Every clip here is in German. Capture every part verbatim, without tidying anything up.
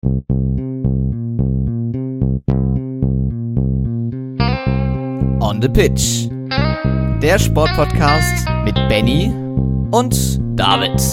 On the Pitch. Der Sportpodcast mit Benny und David.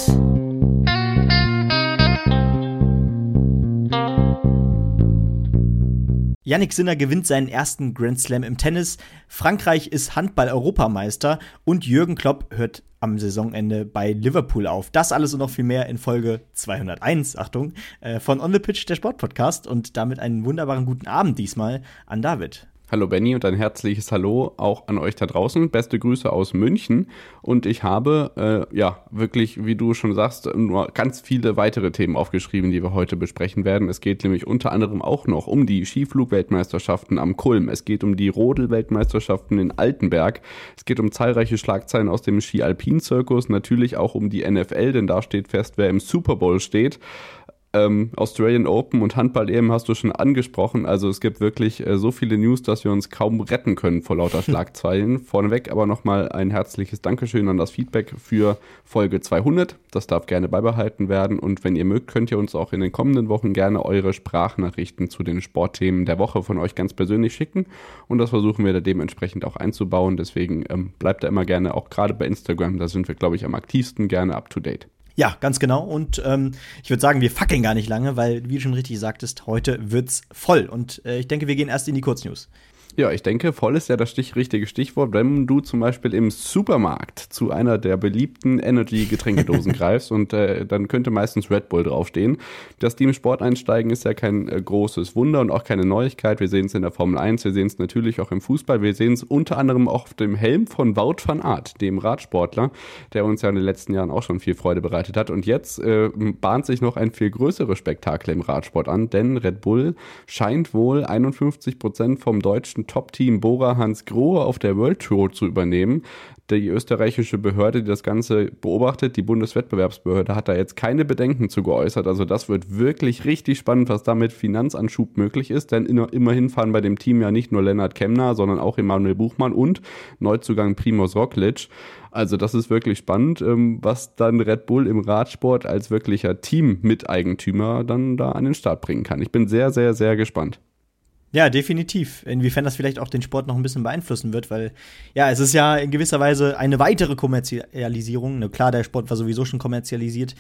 Jannik Sinner gewinnt seinen ersten Grand Slam im Tennis, Frankreich ist Handball-Europameister und Jürgen Klopp hört am Saisonende bei Liverpool auf. Das alles und noch viel mehr in Folge zweihunderteins, Achtung, von On the Pitch, der Sportpodcast, und damit einen wunderbaren guten Abend diesmal an David. Hallo Benny und ein herzliches Hallo auch an euch da draußen. Beste Grüße aus München. Und ich habe, äh, ja, wirklich, wie du schon sagst, nur ganz viele weitere Themen aufgeschrieben, die wir heute besprechen werden. Es geht nämlich unter anderem auch noch um die Skiflug-Weltmeisterschaften am Kulm. Es geht um die Rodel-Weltmeisterschaften in Altenberg. Es geht um zahlreiche Schlagzeilen aus dem Ski-Alpin-Zirkus. Natürlich auch um die N F L, denn da steht fest, wer im Super Bowl steht. Ähm, Australian Open und Handball-E M hast du schon angesprochen. Also es gibt wirklich äh, so viele News, dass wir uns kaum retten können vor lauter Schlagzeilen. Vorneweg aber nochmal ein herzliches Dankeschön an das Feedback für Folge zweihundert. Das darf gerne beibehalten werden. Und wenn ihr mögt, könnt ihr uns auch in den kommenden Wochen gerne eure Sprachnachrichten zu den Sportthemen der Woche von euch ganz persönlich schicken. Und das versuchen wir da dementsprechend auch einzubauen. Deswegen ähm, bleibt da immer gerne, auch gerade bei Instagram, da sind wir, glaube ich, am aktivsten, gerne up to date. Ja, ganz genau. Und ähm, ich würde sagen, wir fackeln gar nicht lange, weil, wie du schon richtig sagtest, heute wird's voll. Und äh, ich denke, wir gehen erst in die Kurznews. Ja, ich denke, voll ist ja das Stich, richtige Stichwort, wenn du zum Beispiel im Supermarkt zu einer der beliebten Energy-Getränkedosen greifst und äh, dann könnte meistens Red Bull draufstehen. Dass die im Sport einsteigen, ist ja kein äh, großes Wunder und auch keine Neuigkeit. Wir sehen es in der Formel eins, wir sehen es natürlich auch im Fußball, wir sehen es unter anderem auch auf dem Helm von Wout van Aert, dem Radsportler, der uns ja in den letzten Jahren auch schon viel Freude bereitet hat. Und jetzt äh, bahnt sich noch ein viel größeres Spektakel im Radsport an, denn Red Bull scheint wohl einundfünfzig Prozent vom deutschen Top-Team Bora Hansgrohe auf der World Tour zu übernehmen. Die österreichische Behörde, die das Ganze beobachtet, die Bundeswettbewerbsbehörde, hat da jetzt keine Bedenken zu geäußert. Also das wird wirklich richtig spannend, was da mit Finanzanschub möglich ist. Denn immerhin fahren bei dem Team ja nicht nur Lennart Kemner, sondern auch Emanuel Buchmann und Neuzugang Primož Roglič. Also das ist wirklich spannend, was dann Red Bull im Radsport als wirklicher Team-Miteigentümer dann da an den Start bringen kann. Ich bin sehr, sehr, sehr gespannt. Ja, definitiv. Inwiefern das vielleicht auch den Sport noch ein bisschen beeinflussen wird, weil ja, es ist ja in gewisser Weise eine weitere Kommerzialisierung. Ne, klar, der Sport war sowieso schon kommerzialisiert,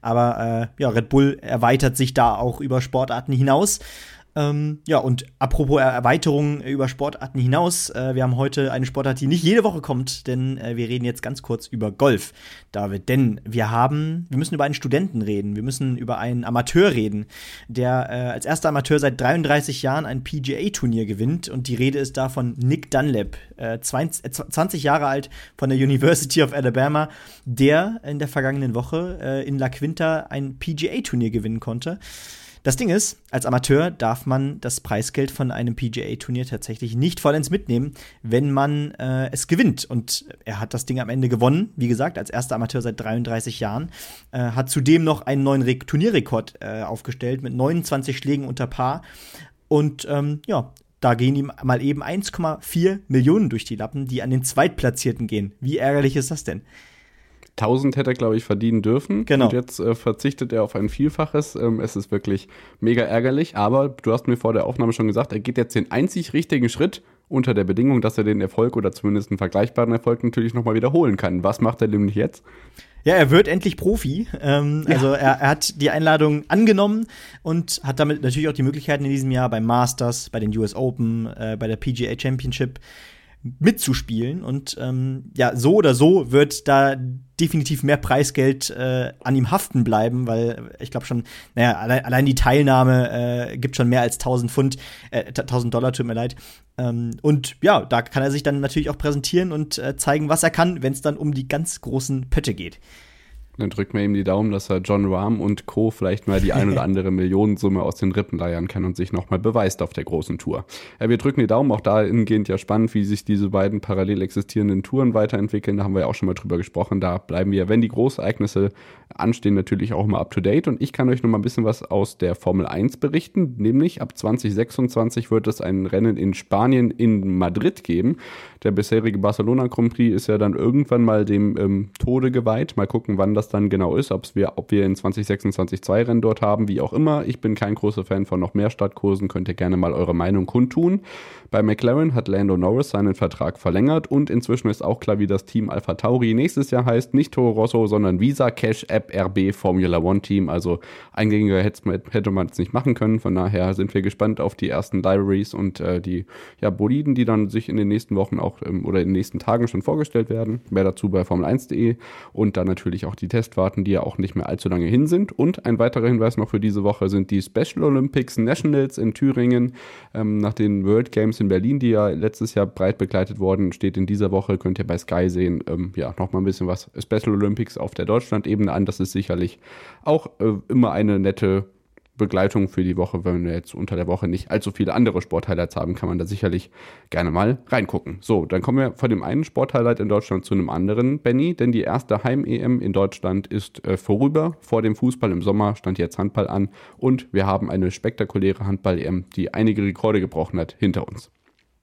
aber äh, ja, Red Bull erweitert sich da auch über Sportarten hinaus. Ähm, ja, und apropos Erweiterung über Sportarten hinaus, äh, wir haben heute eine Sportart, die nicht jede Woche kommt, denn äh, wir reden jetzt ganz kurz über Golf, David, denn wir haben, wir müssen über einen Studenten reden, wir müssen über einen Amateur reden, der äh, als erster Amateur seit dreiunddreißig Jahren ein P G A-Turnier gewinnt, und die Rede ist da von Nick Dunlap, äh, zwanzig Jahre alt, von der University of Alabama, der in der vergangenen Woche äh, in La Quinta ein P G A-Turnier gewinnen konnte. Das Ding ist, als Amateur darf man das Preisgeld von einem P G A-Turnier tatsächlich nicht vollends mitnehmen, wenn man äh, es gewinnt. Und er hat das Ding am Ende gewonnen, wie gesagt, als erster Amateur seit dreiunddreißig Jahren. Äh, hat zudem noch einen neuen Re- Turnierrekord äh, aufgestellt mit neunundzwanzig Schlägen unter Paar. Und ähm, ja, da gehen ihm mal eben eins Komma vier Millionen durch die Lappen, die an den Zweitplatzierten gehen. Wie ärgerlich ist das denn? tausend hätte er, glaube ich, verdienen dürfen. Genau. Und jetzt äh, verzichtet er auf ein Vielfaches. Ähm, es ist wirklich mega ärgerlich. Aber du hast mir vor der Aufnahme schon gesagt, er geht jetzt den einzig richtigen Schritt unter der Bedingung, dass er den Erfolg oder zumindest einen vergleichbaren Erfolg natürlich nochmal wiederholen kann. Was macht er nämlich jetzt? Ja, er wird endlich Profi. Ähm, ja. Also er, er hat die Einladung angenommen und hat damit natürlich auch die Möglichkeiten in diesem Jahr beim Masters, bei den U S Open, äh, bei der P G A Championship mitzuspielen. Und ähm, ja, so oder so wird da definitiv mehr Preisgeld äh, an ihm haften bleiben, weil ich glaube schon, naja, allein, allein die Teilnahme äh, gibt schon mehr als tausend Pfund, äh, tausend Dollar, tut mir leid. Ähm, und ja, da kann er sich dann natürlich auch präsentieren und äh, zeigen, was er kann, wenn es dann um die ganz großen Pötte geht. Dann drückt man ihm die Daumen, dass er John Rahm und Co. vielleicht mal die ein oder andere Millionensumme aus den Rippen leiern kann und sich nochmal beweist auf der großen Tour. Ja, wir drücken die Daumen, auch dahingehend ja spannend, wie sich diese beiden parallel existierenden Touren weiterentwickeln. Da haben wir ja auch schon mal drüber gesprochen. Da bleiben wir, wenn die Großereignisse anstehen, natürlich auch immer up to date. Und ich kann euch noch mal ein bisschen was aus der Formel eins berichten. Nämlich ab zwanzig sechsundzwanzig wird es ein Rennen in Spanien in Madrid geben. Der bisherige Barcelona Grand Prix ist ja dann irgendwann mal dem ähm, Tode geweiht. Mal gucken, wann das dann genau ist, ob's wir, ob wir in zwanzig sechsundzwanzig zwei Rennen dort haben, wie auch immer. Ich bin kein großer Fan von noch mehr Startkursen, könnt ihr gerne mal eure Meinung kundtun. Bei McLaren hat Lando Norris seinen Vertrag verlängert und inzwischen ist auch klar, wie das Team AlphaTauri nächstes Jahr heißt. Nicht Toro Rosso, sondern Visa Cash App R B Formula One Team. Also eingängiger hätte man es nicht machen können. Von daher sind wir gespannt auf die ersten Libraries und äh, die ja, Boliden, die dann sich in den nächsten Wochen auch ähm, oder in den nächsten Tagen schon vorgestellt werden. Mehr dazu bei Formel eins punkt de und dann natürlich auch die Testfahrten, die ja auch nicht mehr allzu lange hin sind. Und ein weiterer Hinweis noch für diese Woche sind die Special Olympics Nationals in Thüringen. Ähm, nach den World Games in Berlin, die ja letztes Jahr breit begleitet wurden, steht in dieser Woche, könnt ihr bei Sky sehen, ähm, ja, nochmal ein bisschen was Special Olympics auf der Deutschland-Ebene an. Das ist sicherlich auch äh, immer eine nette Begleitung für die Woche. Wenn wir jetzt unter der Woche nicht allzu viele andere Sporthighlights haben, kann man da sicherlich gerne mal reingucken. So, dann kommen wir von dem einen Sporthighlight in Deutschland zu einem anderen, Benny, denn die erste Heim-E M in Deutschland ist äh, vorüber. Vor dem Fußball im Sommer stand jetzt Handball an und wir haben eine spektakuläre Handball-E M, die einige Rekorde gebrochen hat, hinter uns.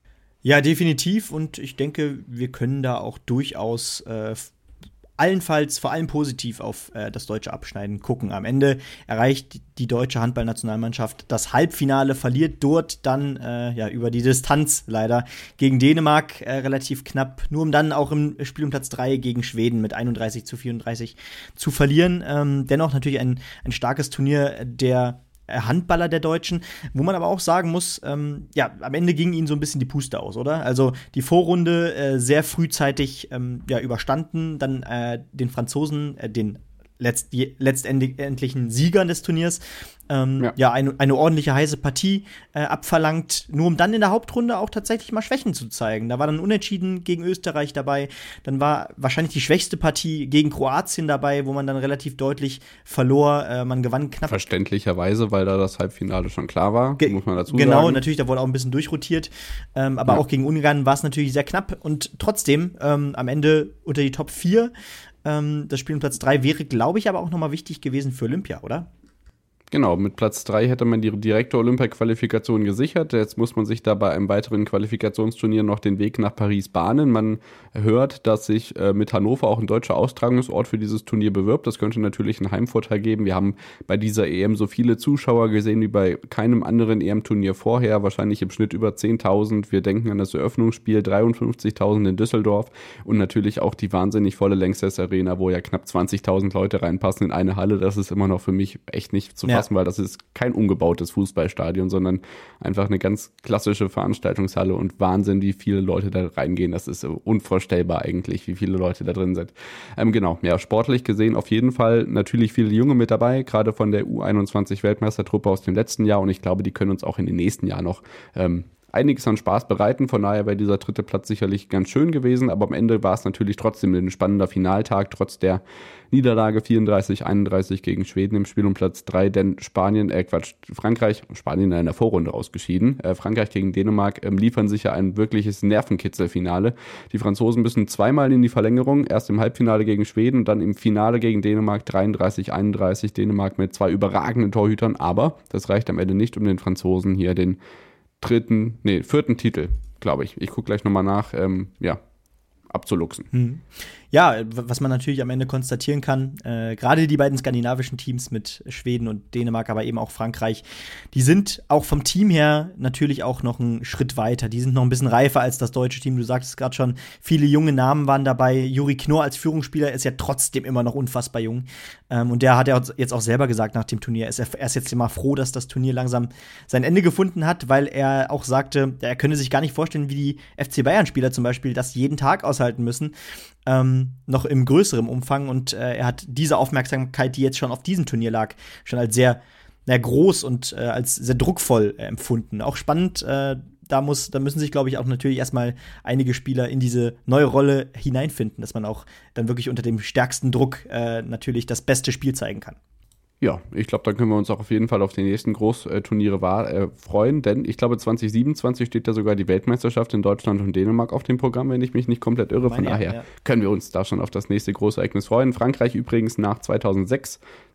Ja, definitiv, und ich denke, wir können da auch durchaus äh, allenfalls vor allem positiv auf äh, das deutsche Abschneiden gucken. Am Ende erreicht die deutsche Handballnationalmannschaft das Halbfinale, verliert dort dann äh, ja über die Distanz leider gegen Dänemark äh, relativ knapp, nur um dann auch im Spiel um Platz drei gegen Schweden mit einunddreißig zu vierunddreißig zu verlieren. Ähm, dennoch natürlich ein, ein starkes Turnier der Handballer der Deutschen, wo man aber auch sagen muss, ähm, ja, am Ende ging ihnen so ein bisschen die Puste aus, oder? Also die Vorrunde äh, sehr frühzeitig ähm, ja, überstanden, dann äh, den Franzosen, äh, den letzt, letztendlichen Siegern des Turniers, ähm, ja, ja eine, eine ordentliche heiße Partie äh, abverlangt, nur um dann in der Hauptrunde auch tatsächlich mal Schwächen zu zeigen. Da war dann Unentschieden gegen Österreich dabei, dann war wahrscheinlich die schwächste Partie gegen Kroatien dabei, wo man dann relativ deutlich verlor, äh, man gewann knapp. Verständlicherweise, weil da das Halbfinale schon klar war, Ge- muss man dazu genau, sagen. Genau, natürlich, da wurde auch ein bisschen durchrotiert, ähm, aber ja. auch gegen Ungarn war es natürlich sehr knapp und trotzdem ähm, am Ende unter die Top vier. Ähm, das Spiel um Platz drei wäre, glaube ich, aber auch nochmal wichtig gewesen für Olympia, oder? Genau, mit Platz drei hätte man die direkte Olympia-Qualifikation gesichert. Jetzt muss man sich da bei einem weiteren Qualifikationsturnier noch den Weg nach Paris bahnen. Man hört, dass sich äh, mit Hannover auch ein deutscher Austragungsort für dieses Turnier bewirbt. Das könnte natürlich einen Heimvorteil geben. Wir haben bei dieser E M so viele Zuschauer gesehen wie bei keinem anderen E M-Turnier vorher. Wahrscheinlich im Schnitt über zehntausend. Wir denken an das Eröffnungsspiel, dreiundfünfzigtausend in Düsseldorf und natürlich auch die wahnsinnig volle Lanxess Arena, wo ja knapp zwanzigtausend Leute reinpassen in eine Halle. Das ist immer noch für mich echt nicht zu fassen, ja. weil das ist kein umgebautes Fußballstadion, sondern einfach eine ganz klassische Veranstaltungshalle und Wahnsinn, wie viele Leute da reingehen. Das ist unvorstellbar eigentlich, wie viele Leute da drin sind. Ähm, genau, ja, sportlich gesehen auf jeden Fall natürlich viele Junge mit dabei, gerade von der U einundzwanzig Weltmeistertruppe aus dem letzten Jahr und ich glaube, die können uns auch in den nächsten Jahren noch ähm, einiges an Spaß bereiten, von daher wäre dieser dritte Platz sicherlich ganz schön gewesen, aber am Ende war es natürlich trotzdem ein spannender Finaltag, trotz der Niederlage vierunddreißig einunddreißig gegen Schweden im Spiel um Platz drei, denn Spanien, äh Quatsch, Frankreich, Spanien in der Vorrunde ausgeschieden, äh, Frankreich gegen Dänemark ähm, liefern sicher ein wirkliches Nervenkitzelfinale. Die Franzosen müssen zweimal in die Verlängerung, erst im Halbfinale gegen Schweden und dann im Finale gegen Dänemark dreiunddreißig einunddreißig, Dänemark mit zwei überragenden Torhütern, aber das reicht am Ende nicht, um den Franzosen hier den dritten, nee, vierten Titel, glaube ich. Ich gucke gleich nochmal nach, ähm, ja, abzuluxen. Hm. Ja, was man natürlich am Ende konstatieren kann, äh, gerade die beiden skandinavischen Teams mit Schweden und Dänemark, aber eben auch Frankreich, die sind auch vom Team her natürlich auch noch einen Schritt weiter. Die sind noch ein bisschen reifer als das deutsche Team. Du sagtest gerade schon, viele junge Namen waren dabei. Juri Knorr als Führungsspieler ist ja trotzdem immer noch unfassbar jung. Ähm, und der hat ja jetzt auch selber gesagt nach dem Turnier, ist er, er ist jetzt immer froh, dass das Turnier langsam sein Ende gefunden hat, weil er auch sagte, er könne sich gar nicht vorstellen, wie die F C Bayern-Spieler zum Beispiel das jeden Tag aushalten müssen. Ähm, noch im größeren Umfang und äh, er hat diese Aufmerksamkeit, die jetzt schon auf diesem Turnier lag, schon als sehr na, groß und äh, als sehr druckvoll äh, empfunden. Auch spannend, äh, da muss, da müssen sich, glaube ich, auch natürlich erstmal einige Spieler in diese neue Rolle hineinfinden, dass man auch dann wirklich unter dem stärksten Druck äh, natürlich das beste Spiel zeigen kann. Ja, ich glaube, da können wir uns auch auf jeden Fall auf die nächsten Großturniere war, äh, freuen, denn ich glaube, zwanzig siebenundzwanzig steht da sogar die Weltmeisterschaft in Deutschland und Dänemark auf dem Programm, wenn ich mich nicht komplett irre. Von daher ja. können wir uns da schon auf das nächste Großereignis freuen. Frankreich übrigens nach zweitausendsechs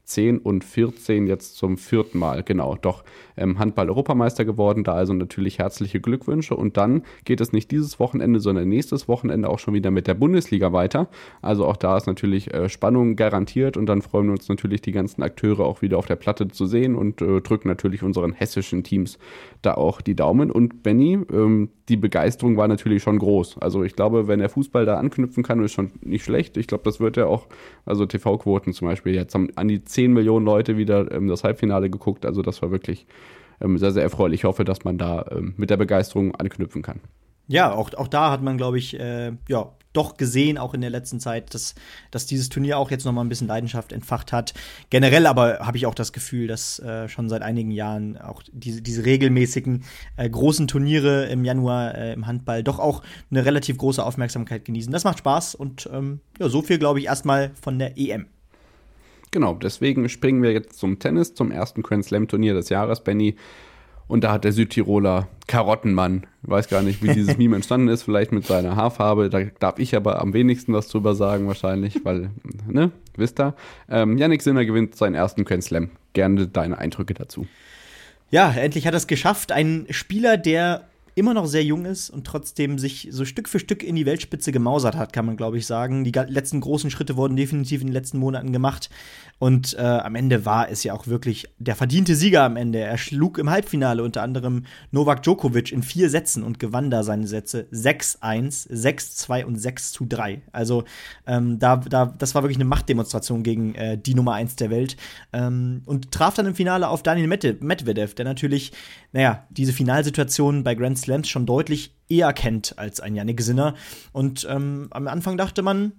zehn und vierzehn jetzt zum vierten Mal, genau, doch ähm, Handball-Europameister geworden, da also natürlich herzliche Glückwünsche und dann geht es nicht dieses Wochenende, sondern nächstes Wochenende auch schon wieder mit der Bundesliga weiter, also auch da ist natürlich äh, Spannung garantiert und dann freuen wir uns natürlich die ganzen Akteure auch wieder auf der Platte zu sehen und äh, drücken natürlich unseren hessischen Teams da auch die Daumen und Benny, ähm, die Begeisterung war natürlich schon groß, also ich glaube, wenn der Fußball da anknüpfen kann, ist schon nicht schlecht, ich glaube, das wird ja auch, also T V-Quoten zum Beispiel, jetzt haben an die zehn Millionen Leute wieder ähm, das Halbfinale geguckt. Also das war wirklich ähm, sehr, sehr erfreulich. Ich hoffe, dass man da ähm, mit der Begeisterung anknüpfen kann. Ja, auch, auch da hat man, glaube ich, äh, ja, doch gesehen, auch in der letzten Zeit, dass, dass dieses Turnier auch jetzt noch mal ein bisschen Leidenschaft entfacht hat. Generell aber habe ich auch das Gefühl, dass äh, schon seit einigen Jahren auch diese, diese regelmäßigen äh, großen Turniere im Januar äh, im Handball doch auch eine relativ große Aufmerksamkeit genießen. Das macht Spaß und ähm, ja, so viel, glaube ich, erstmal von der E M. Genau, deswegen springen wir jetzt zum Tennis, zum ersten Grand Slam Turnier des Jahres, Benny. Und da hat der Südtiroler Karottenmann, ich weiß gar nicht, wie dieses Meme entstanden ist, vielleicht mit seiner Haarfarbe, da darf ich aber am wenigsten was drüber sagen wahrscheinlich, weil, ne, wisst ihr. Ähm, Jannik Sinner gewinnt seinen ersten Grand Slam. Gerne deine Eindrücke dazu. Ja, endlich hat er es geschafft. Ein Spieler, der immer noch sehr jung ist und trotzdem sich so Stück für Stück in die Weltspitze gemausert hat, kann man, glaube ich, sagen. Die letzten großen Schritte wurden definitiv in den letzten Monaten gemacht. Und äh, am Ende war es ja auch wirklich der verdiente Sieger am Ende. Er schlug im Halbfinale unter anderem Novak Djokovic in vier Sätzen und gewann da seine Sätze sechs eins, sechs zwei und sechs zu drei. Also ähm, da, da, das war wirklich eine Machtdemonstration gegen äh, die Nummer eins der Welt. Ähm, und traf dann im Finale auf Daniil Medvedev, der natürlich, naja, diese Finalsituation bei Grand Slams schon deutlich eher kennt als ein Jannik Sinner. Und ähm, am Anfang dachte man,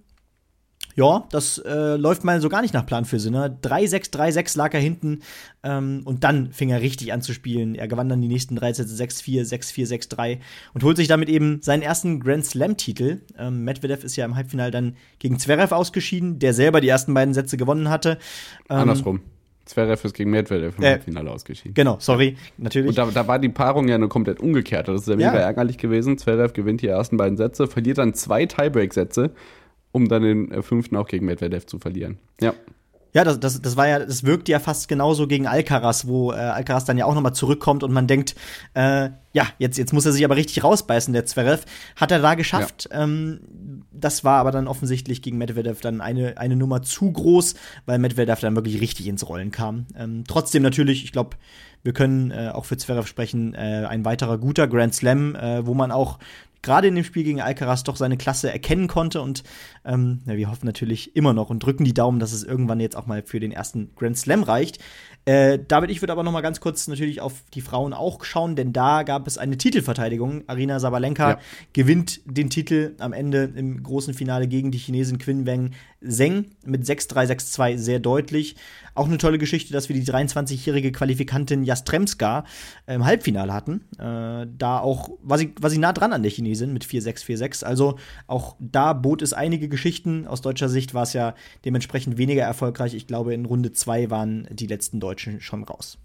ja, das äh, läuft mal so gar nicht nach Plan für Sinner. drei sechs, drei sechs lag er hinten ähm, und dann fing er richtig an zu spielen. Er gewann dann die nächsten drei Sätze sechs vier, sechs vier, sechs drei und holt sich damit eben seinen ersten Grand Slam-Titel. Ähm, Medvedev ist ja im Halbfinale dann gegen Zverev ausgeschieden, der selber die ersten beiden Sätze gewonnen hatte. Ähm, Andersrum. Zverev ist gegen Medvedev im äh, Halbfinale ausgeschieden. Genau, sorry, natürlich. Und da, da war die Paarung ja nur komplett umgekehrt. Das ist ja mega ja. ärgerlich gewesen. Zverev gewinnt die ersten beiden Sätze, verliert dann zwei Tiebreak-Sätze, um dann den äh, fünften auch gegen Medvedev zu verlieren. Ja. Ja, das, das, das war ja, das wirkte ja fast genauso gegen Alcaraz, wo äh, Alcaraz dann ja auch nochmal zurückkommt und man denkt, äh, ja, jetzt, jetzt muss er sich aber richtig rausbeißen, der Zverev. Hat er da geschafft. Ja. Ähm, das war aber dann offensichtlich gegen Medvedev dann eine, eine Nummer zu groß, weil Medvedev dann wirklich richtig ins Rollen kam. Ähm, trotzdem natürlich, ich glaube, wir können äh, auch für Zverev sprechen, äh, ein weiterer guter Grand Slam, äh, wo man auch gerade in dem Spiel gegen Alcaraz doch seine Klasse erkennen konnte und ähm, ja, wir hoffen natürlich immer noch und drücken die Daumen, dass es irgendwann jetzt auch mal für den ersten Grand Slam reicht. Äh, David, ich würde aber noch mal ganz kurz natürlich auf die Frauen auch schauen, denn da gab es eine Titelverteidigung. Aryna Sabalenka ja. gewinnt den Titel am Ende im großen Finale gegen die Chinesin Qinwen Zheng mit sechs drei, sechs zwei sehr deutlich. Auch eine tolle Geschichte, dass wir die dreiundzwanzigjährige Qualifikantin Jastremska äh, im Halbfinale hatten. Äh, da auch war sie, war sie nah dran an der Chinesin mit vier sechs, vier sechs. Also auch da bot es einige Geschichten. Aus deutscher Sicht war es ja dementsprechend weniger erfolgreich. Ich glaube, in Runde zwei waren die letzten Deutschen schon raus.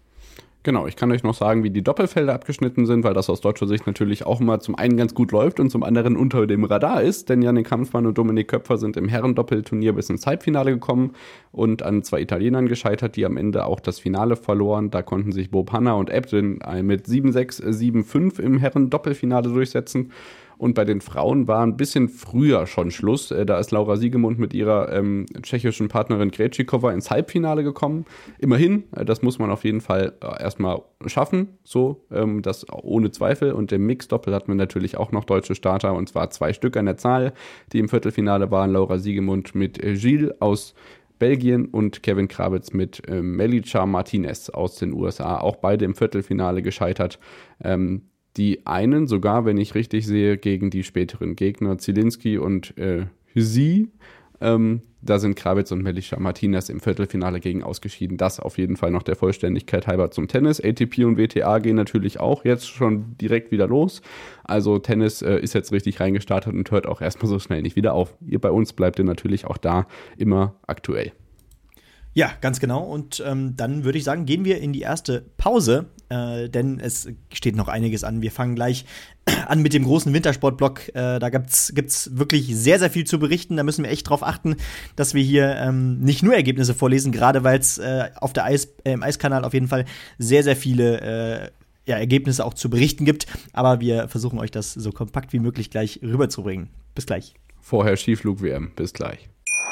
Genau, ich kann euch noch sagen, wie die Doppelfelder abgeschnitten sind, weil das aus deutscher Sicht natürlich auch immer zum einen ganz gut läuft und zum anderen unter dem Radar ist, denn Jannik Kampfmann und Dominik Köpfer sind im Herrendoppelturnier bis ins Halbfinale gekommen und an zwei Italienern gescheitert, die am Ende auch das Finale verloren. Da konnten sich Bob Hanna und Ebden mit sieben sechs, sieben fünf im Herrendoppelfinale durchsetzen. Und bei den Frauen war ein bisschen früher schon Schluss. Da ist Laura Siegemund mit ihrer ähm, tschechischen Partnerin Krejcikova ins Halbfinale gekommen. Immerhin, das muss man auf jeden Fall erstmal schaffen, so ähm, das ohne Zweifel. Und im Mixdoppel hatten wir natürlich auch noch deutsche Starter, und zwar zwei Stück an der Zahl, die im Viertelfinale waren. Laura Siegemund mit äh, Gilles aus Belgien und Kevin Krawitz mit äh, Melicha Martinez aus den U S A. Auch beide im Viertelfinale gescheitert. Ähm, Die einen sogar, wenn ich richtig sehe, gegen die späteren Gegner Zielinski und äh, sie. Ähm, da sind Krawitz und Melicha Martinez im Viertelfinale gegen ausgeschieden. Das auf jeden Fall noch der Vollständigkeit halber zum Tennis. A T P und W T A gehen natürlich auch jetzt schon direkt wieder los. Also Tennis äh, ist jetzt richtig reingestartet und hört auch erstmal so schnell nicht wieder auf. Ihr bei uns bleibt ihr natürlich auch da immer aktuell. Ja, ganz genau. Und ähm, dann würde ich sagen, gehen wir in die erste Pause. äh, denn es steht noch einiges an. Wir fangen gleich an mit dem großen Wintersportblock. Äh, da gibt's, gibt's wirklich sehr, sehr viel zu berichten. Da müssen wir echt drauf achten, dass wir hier ähm, nicht nur Ergebnisse vorlesen, gerade weil es äh, auf der Eis, äh, im Eiskanal auf jeden Fall sehr, sehr viele äh, ja, Ergebnisse auch zu berichten gibt. Aber wir versuchen euch das so kompakt wie möglich gleich rüberzubringen. Bis gleich. Vorher Skiflug-W M. Bis gleich.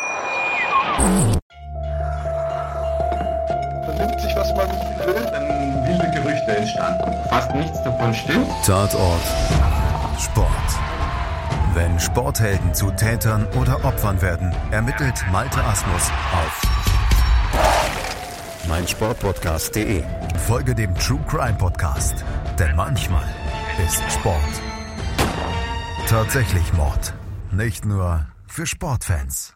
Vernimmt sich, was man will, dann wilde Gerüchte entstanden. Fast nichts davon stimmt. Tatort Sport. Wenn Sporthelden zu Tätern oder Opfern werden, ermittelt Malte Asmus auf meinsportpodcast punkt de. Folge dem True Crime Podcast, denn manchmal ist Sport tatsächlich Mord. Nicht nur für Sportfans.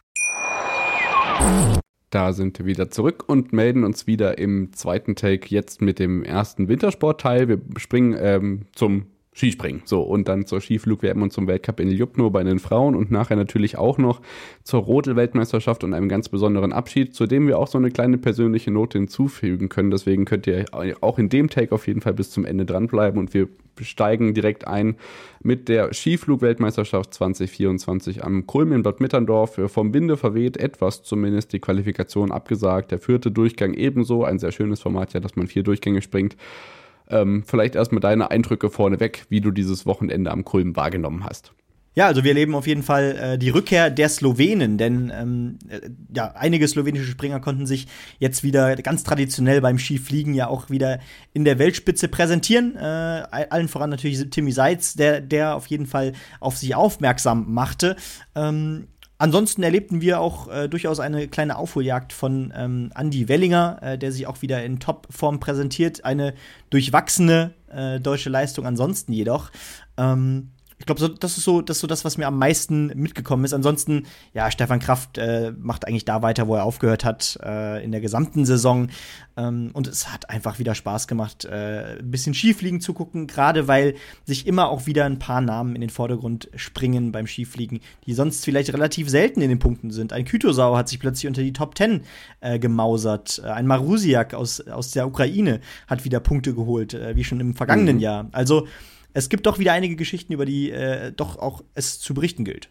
Da sind wir wieder zurück und melden uns wieder im zweiten Take, jetzt mit dem ersten Wintersportteil. Wir springen ähm, zum Skispringen, so, und dann zur Skiflug-W M und zum Weltcup in Ljubno bei den Frauen und nachher natürlich auch noch zur Rodel-Weltmeisterschaft und einem ganz besonderen Abschied, zu dem wir auch so eine kleine persönliche Note hinzufügen können. Deswegen könnt ihr auch in dem Take auf jeden Fall bis zum Ende dranbleiben und wir steigen direkt ein mit der Skiflug-Weltmeisterschaft zwanzig vierundzwanzig am Kulm in Bad Mitterndorf. Vom Winde verweht, etwas zumindest, die Qualifikation abgesagt. Der vierte Durchgang ebenso, ein sehr schönes Format ja, dass man vier Durchgänge springt. Ähm, vielleicht erstmal deine Eindrücke vorneweg, wie du dieses Wochenende am Kulm wahrgenommen hast. Ja, also wir erleben auf jeden Fall äh, die Rückkehr der Slowenen, denn ähm, äh, ja, einige slowenische Springer konnten sich jetzt wieder ganz traditionell beim Skifliegen ja auch wieder in der Weltspitze präsentieren. Äh, allen voran natürlich Timmy Seitz, der, der auf jeden Fall auf sich aufmerksam machte. Ähm, Ansonsten erlebten wir auch äh, durchaus eine kleine Aufholjagd von ähm, Andi Wellinger, äh, der sich auch wieder in Topform präsentiert. Eine durchwachsene äh, deutsche Leistung ansonsten jedoch. Ähm, ich glaube, so, das ist so, das ist so das, was mir am meisten mitgekommen ist. Ansonsten, ja, Stefan Kraft äh, macht eigentlich da weiter, wo er aufgehört hat, äh, in der gesamten Saison. Ähm, und es hat einfach wieder Spaß gemacht, äh, ein bisschen Skifliegen zu gucken, gerade weil sich immer auch wieder ein paar Namen in den Vordergrund springen beim Skifliegen, die sonst vielleicht relativ selten in den Punkten sind. Ein Kütosau hat sich plötzlich unter die Top Ten äh, gemausert. Ein Marusiak aus, aus der Ukraine hat wieder Punkte geholt, äh, wie schon im vergangenen mhm. Jahr. Also es gibt doch wieder einige Geschichten, über die äh, doch auch es zu berichten gilt.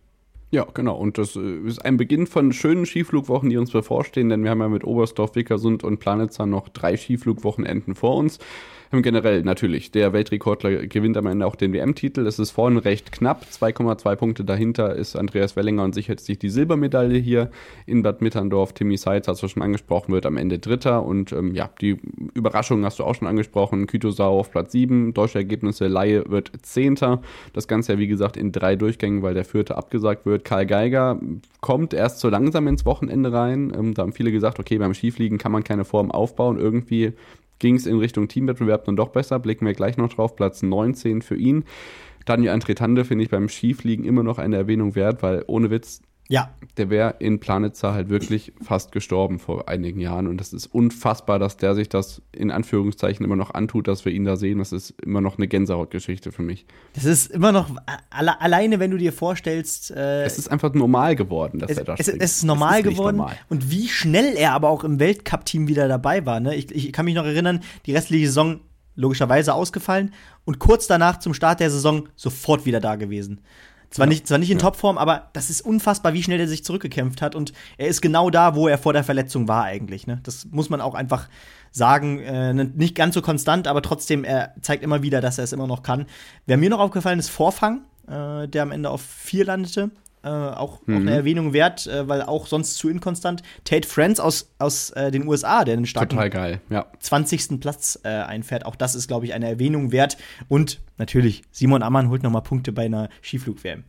Ja, genau. Und das ist ein Beginn von schönen Skiflugwochen, die uns bevorstehen, denn wir haben ja mit Oberstdorf, Vickersund und Planitza noch drei Skiflugwochenenden vor uns. Generell natürlich, der Weltrekordler gewinnt am Ende auch den W M-Titel. Es ist vorne recht knapp, zwei Komma zwei Punkte dahinter ist Andreas Wellinger und sichert sich die Silbermedaille hier in Bad Mitterndorf. Timmy Seitz, hast du schon angesprochen, wird am Ende Dritter und ähm, ja, die Überraschung hast du auch schon angesprochen. Kütosau auf Platz sieben, deutsche Ergebnisse, Laie wird Zehnter. Das Ganze ja wie gesagt in drei Durchgängen, weil der vierte abgesagt wird. Karl Geiger kommt erst so langsam ins Wochenende rein. Ähm, da haben viele gesagt, okay, beim Skifliegen kann man keine Form aufbauen, irgendwie ging es in Richtung Teamwettbewerb dann doch besser, blicken wir gleich noch drauf, Platz neunzehn für ihn. Daniel Antretande finde ich beim Skifliegen immer noch eine Erwähnung wert, weil ohne Witz, ja, der wäre in Planitza halt wirklich fast gestorben vor einigen Jahren und das ist unfassbar, dass der sich das in Anführungszeichen immer noch antut, dass wir ihn da sehen. Das ist immer noch eine Gänsehautgeschichte für mich. Das ist immer noch, alle, alleine wenn du dir vorstellst, äh, es ist einfach normal geworden, dass es, er da es, springt. es ist normal es ist geworden normal. Und wie schnell er aber auch im Weltcup-Team wieder dabei war. Ne? Ich, ich kann mich noch erinnern, die restliche Saison logischerweise ausgefallen und kurz danach zum Start der Saison sofort wieder da gewesen. Zwar, ja, nicht, zwar nicht in ja. Topform, aber das ist unfassbar, wie schnell er sich zurückgekämpft hat. Und er ist genau da, wo er vor der Verletzung war eigentlich. Ne? Das muss man auch einfach sagen. Äh, nicht ganz so konstant, aber trotzdem, er zeigt immer wieder, dass er es immer noch kann. Wer mir noch aufgefallen ist, Vorfang, äh, der am Ende auf vier landete. Äh, auch, mhm. auch eine Erwähnung wert, äh, weil auch sonst zu inkonstant. Tate France aus, aus äh, den U S A, der einen starken Total geil, ja. zwanzigsten Platz äh, einfährt. Auch das ist, glaube ich, eine Erwähnung wert. Und natürlich, Simon Ammann holt noch mal Punkte bei einer Skiflug-W M.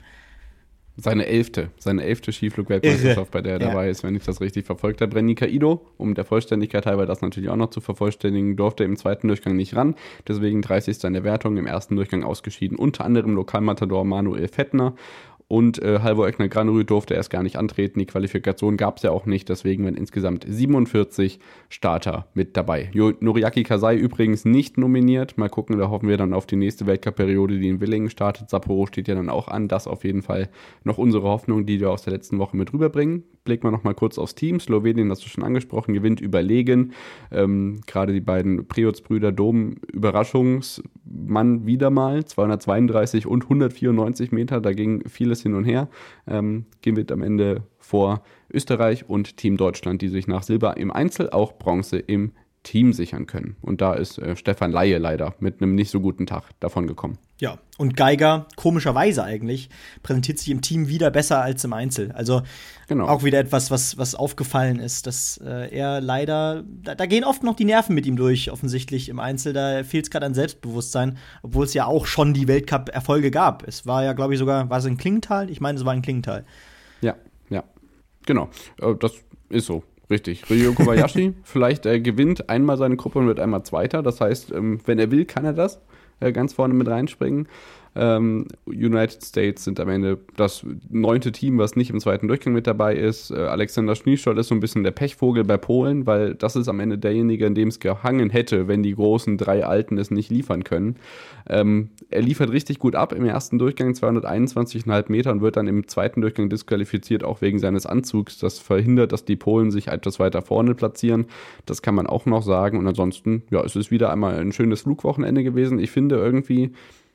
Seine elfte, seine elfte Skiflug-Weltmeisterschaft, bei der er ja. dabei ist, wenn ich das richtig verfolgt habe. Renny Kaido, um der Vollständigkeit halber das natürlich auch noch zu vervollständigen, durfte im zweiten Durchgang nicht ran. Deswegen dreißigster in der Wertung, im ersten Durchgang ausgeschieden. Unter anderem Lokalmatador Manuel Fettner. Und äh, Halvor Egner Granerud durfte erst gar nicht antreten. Die Qualifikation gab es ja auch nicht. Deswegen waren insgesamt siebenundvierzig Starter mit dabei. Jo- Noriaki Kasai übrigens nicht nominiert. Mal gucken, da hoffen wir dann auf die nächste Weltcup-Periode, die in Willingen startet. Sapporo steht ja dann auch an. Das auf jeden Fall noch unsere Hoffnung, die wir aus der letzten Woche mit rüberbringen. Blicken wir noch mal kurz aufs Team. Slowenien, hast du schon angesprochen, gewinnt überlegen. Ähm, gerade die beiden Preutz-Brüder Dom, Überraschungsmann wieder mal. zweihundertzweiunddreißig und hundertvierundneunzig Meter, da ging vieles hin und her. Ähm, gewinnt am Ende vor Österreich und Team Deutschland, die sich nach Silber im Einzel auch Bronze im Team sichern können. Und da ist äh, Stefan Laie leider mit einem nicht so guten Tag davon gekommen. Ja, und Geiger, komischerweise eigentlich, präsentiert sich im Team wieder besser als im Einzel. Also genau. Auch wieder etwas, was, was aufgefallen ist, dass äh, er leider, da, da gehen oft noch die Nerven mit ihm durch, offensichtlich im Einzel. Da fehlt es gerade an Selbstbewusstsein, obwohl es ja auch schon die Weltcup-Erfolge gab. Es war ja, glaube ich, sogar, war es in Klingenthal? Ich meine, es war in Klingenthal. Ja, ja, genau. Äh, das ist so. Richtig. Ryo Kobayashi vielleicht äh, gewinnt einmal seine Gruppe und wird einmal Zweiter. Das heißt, ähm, wenn er will, kann er das äh, ganz vorne mit reinspringen. Ähm, United States sind am Ende das neunte Team, was nicht im zweiten Durchgang mit dabei ist. Äh, Alexander Schniescholl ist so ein bisschen der Pechvogel bei Polen, weil das ist am Ende derjenige, in dem es gehangen hätte, wenn die großen drei Alten es nicht liefern können. Ähm, er liefert richtig gut ab im ersten Durchgang, zweihunderteinundzwanzig Komma fünf Meter, und wird dann im zweiten Durchgang disqualifiziert, auch wegen seines Anzugs. Das verhindert, dass die Polen sich etwas weiter vorne platzieren. Das kann man auch noch sagen. Und ansonsten, ja, es ist wieder einmal ein schönes Flugwochenende gewesen. Ich finde irgendwie,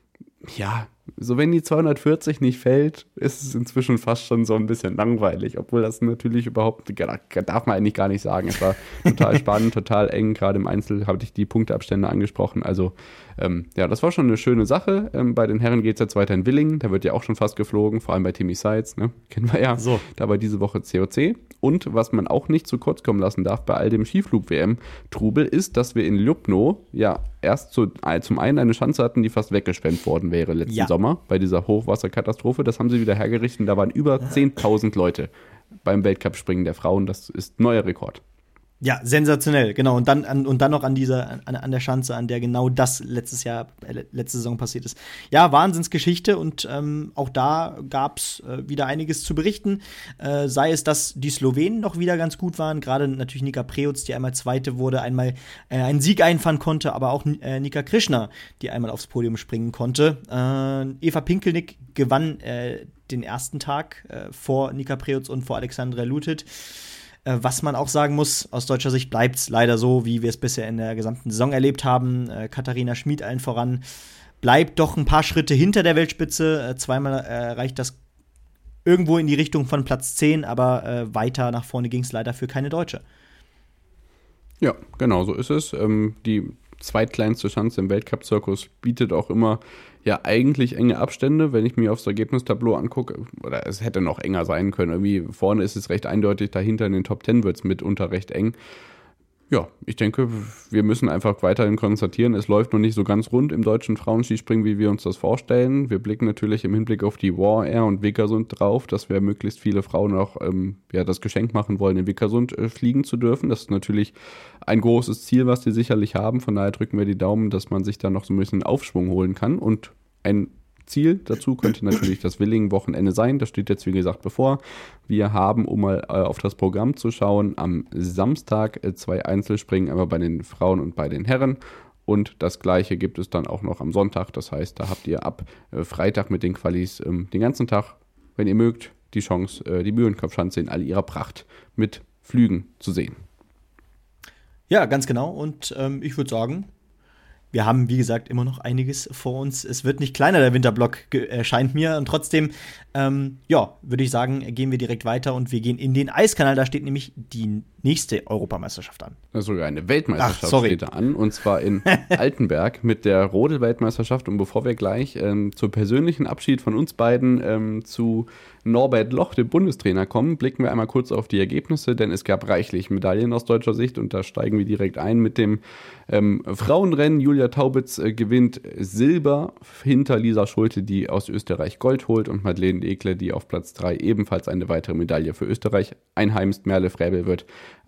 ja, so wenn die zweihundertvierzig nicht fällt, ist es inzwischen fast schon so ein bisschen langweilig, obwohl das natürlich überhaupt, darf man eigentlich gar nicht sagen. Es war total spannend, total eng, gerade im Einzel habe ich die Punkteabstände angesprochen, also ähm, ja, das war schon eine schöne Sache. Ähm, bei den Herren geht es jetzt weiter in Willingen, da wird ja auch schon fast geflogen, vor allem bei Timmy Seitz, ne? Kennen wir ja, so. Da war diese Woche C O C. Und was man auch nicht zu kurz kommen lassen darf bei all dem Skiflug-W M-Trubel ist, dass wir in Ljubno ja erst zu, zum einen eine Schanze hatten, die fast weggeschwemmt worden wäre letzten ja. Sommer bei dieser Hochwasserkatastrophe. Das haben sie wieder hergerichtet und da waren über zehntausend Leute beim Weltcup-Springen der Frauen. Das ist neuer Rekord. Ja, sensationell, genau. Und dann, an, und dann noch an dieser, an, an der Schanze, an der genau das letztes Jahr, äh, letzte Saison passiert ist. Ja, Wahnsinnsgeschichte, und ähm, auch da gab's äh, wieder einiges zu berichten. Äh, sei es, dass die Slowenen noch wieder ganz gut waren, gerade natürlich Nika Preutz, die einmal Zweite wurde, einmal äh, einen Sieg einfahren konnte, aber auch äh, Nika Krishna, die einmal aufs Podium springen konnte. Äh, Eva Pinkelnick gewann äh, den ersten Tag äh, vor Nika Preutz und vor Alexandra Lutit. Was man auch sagen muss, aus deutscher Sicht bleibt es leider so, wie wir es bisher in der gesamten Saison erlebt haben. Äh, Katharina Schmid allen voran bleibt doch ein paar Schritte hinter der Weltspitze. Äh, zweimal äh, reicht das irgendwo in die Richtung von Platz zehn, aber äh, weiter nach vorne ging es leider für keine Deutsche. Ja, genau so ist es. Ähm, die zweitkleinste Schanze im Weltcup-Zirkus bietet auch immer ja eigentlich enge Abstände, wenn ich mir aufs Ergebnistableau angucke, oder es hätte noch enger sein können. Irgendwie vorne ist es recht eindeutig, dahinter in den Top Ten wird es mitunter recht eng. Ja, ich denke, wir müssen einfach weiterhin konstatieren, es läuft noch nicht so ganz rund im deutschen Frauenskispringen, wie wir uns das vorstellen. Wir blicken natürlich im Hinblick auf die War Air und Vikersund drauf, dass wir möglichst viele Frauen auch ähm, ja, das Geschenk machen wollen, in Vikersund äh, fliegen zu dürfen. Das ist natürlich ein großes Ziel, was die sicherlich haben. Von daher drücken wir die Daumen, dass man sich da noch so ein bisschen Aufschwung holen kann. Und ein Ziel dazu könnte natürlich das Willingen-Wochenende sein. Das steht jetzt, wie gesagt, bevor. Wir haben, um mal äh, auf das Programm zu schauen, am Samstag äh, zwei Einzelspringen, einmal bei den Frauen und bei den Herren. Und das Gleiche gibt es dann auch noch am Sonntag. Das heißt, da habt ihr ab äh, Freitag mit den Qualis ähm, den ganzen Tag, wenn ihr mögt, die Chance, äh, die Mühlenkopfschanze in all ihrer Pracht mit Flügen zu sehen. Ja, ganz genau. Und ähm, ich würde sagen, wir haben, wie gesagt, immer noch einiges vor uns. Es wird nicht kleiner, der Winterblock, erscheint mir. Und trotzdem, ähm, ja, würde ich sagen, gehen wir direkt weiter und wir gehen in den Eiskanal. Da steht nämlich die nächste Europameisterschaft an. Sogar eine Weltmeisterschaft Ach, sorry. steht da an. Und zwar in Altenberg mit der Rodel-Weltmeisterschaft. Und bevor wir gleich ähm, zum persönlichen Abschied von uns beiden ähm, zu Norbert Loch, dem Bundestrainer, kommen, blicken wir einmal kurz auf die Ergebnisse, denn es gab reichlich Medaillen aus deutscher Sicht und da steigen wir direkt ein mit dem ähm, Frauenrennen. Julia Taubitz äh, gewinnt Silber hinter Lisa Schulte, die aus Österreich Gold holt, und Madeleine Ekle, die auf Platz drei ebenfalls eine weitere Medaille für Österreich einheimst. Merle Fräbel wird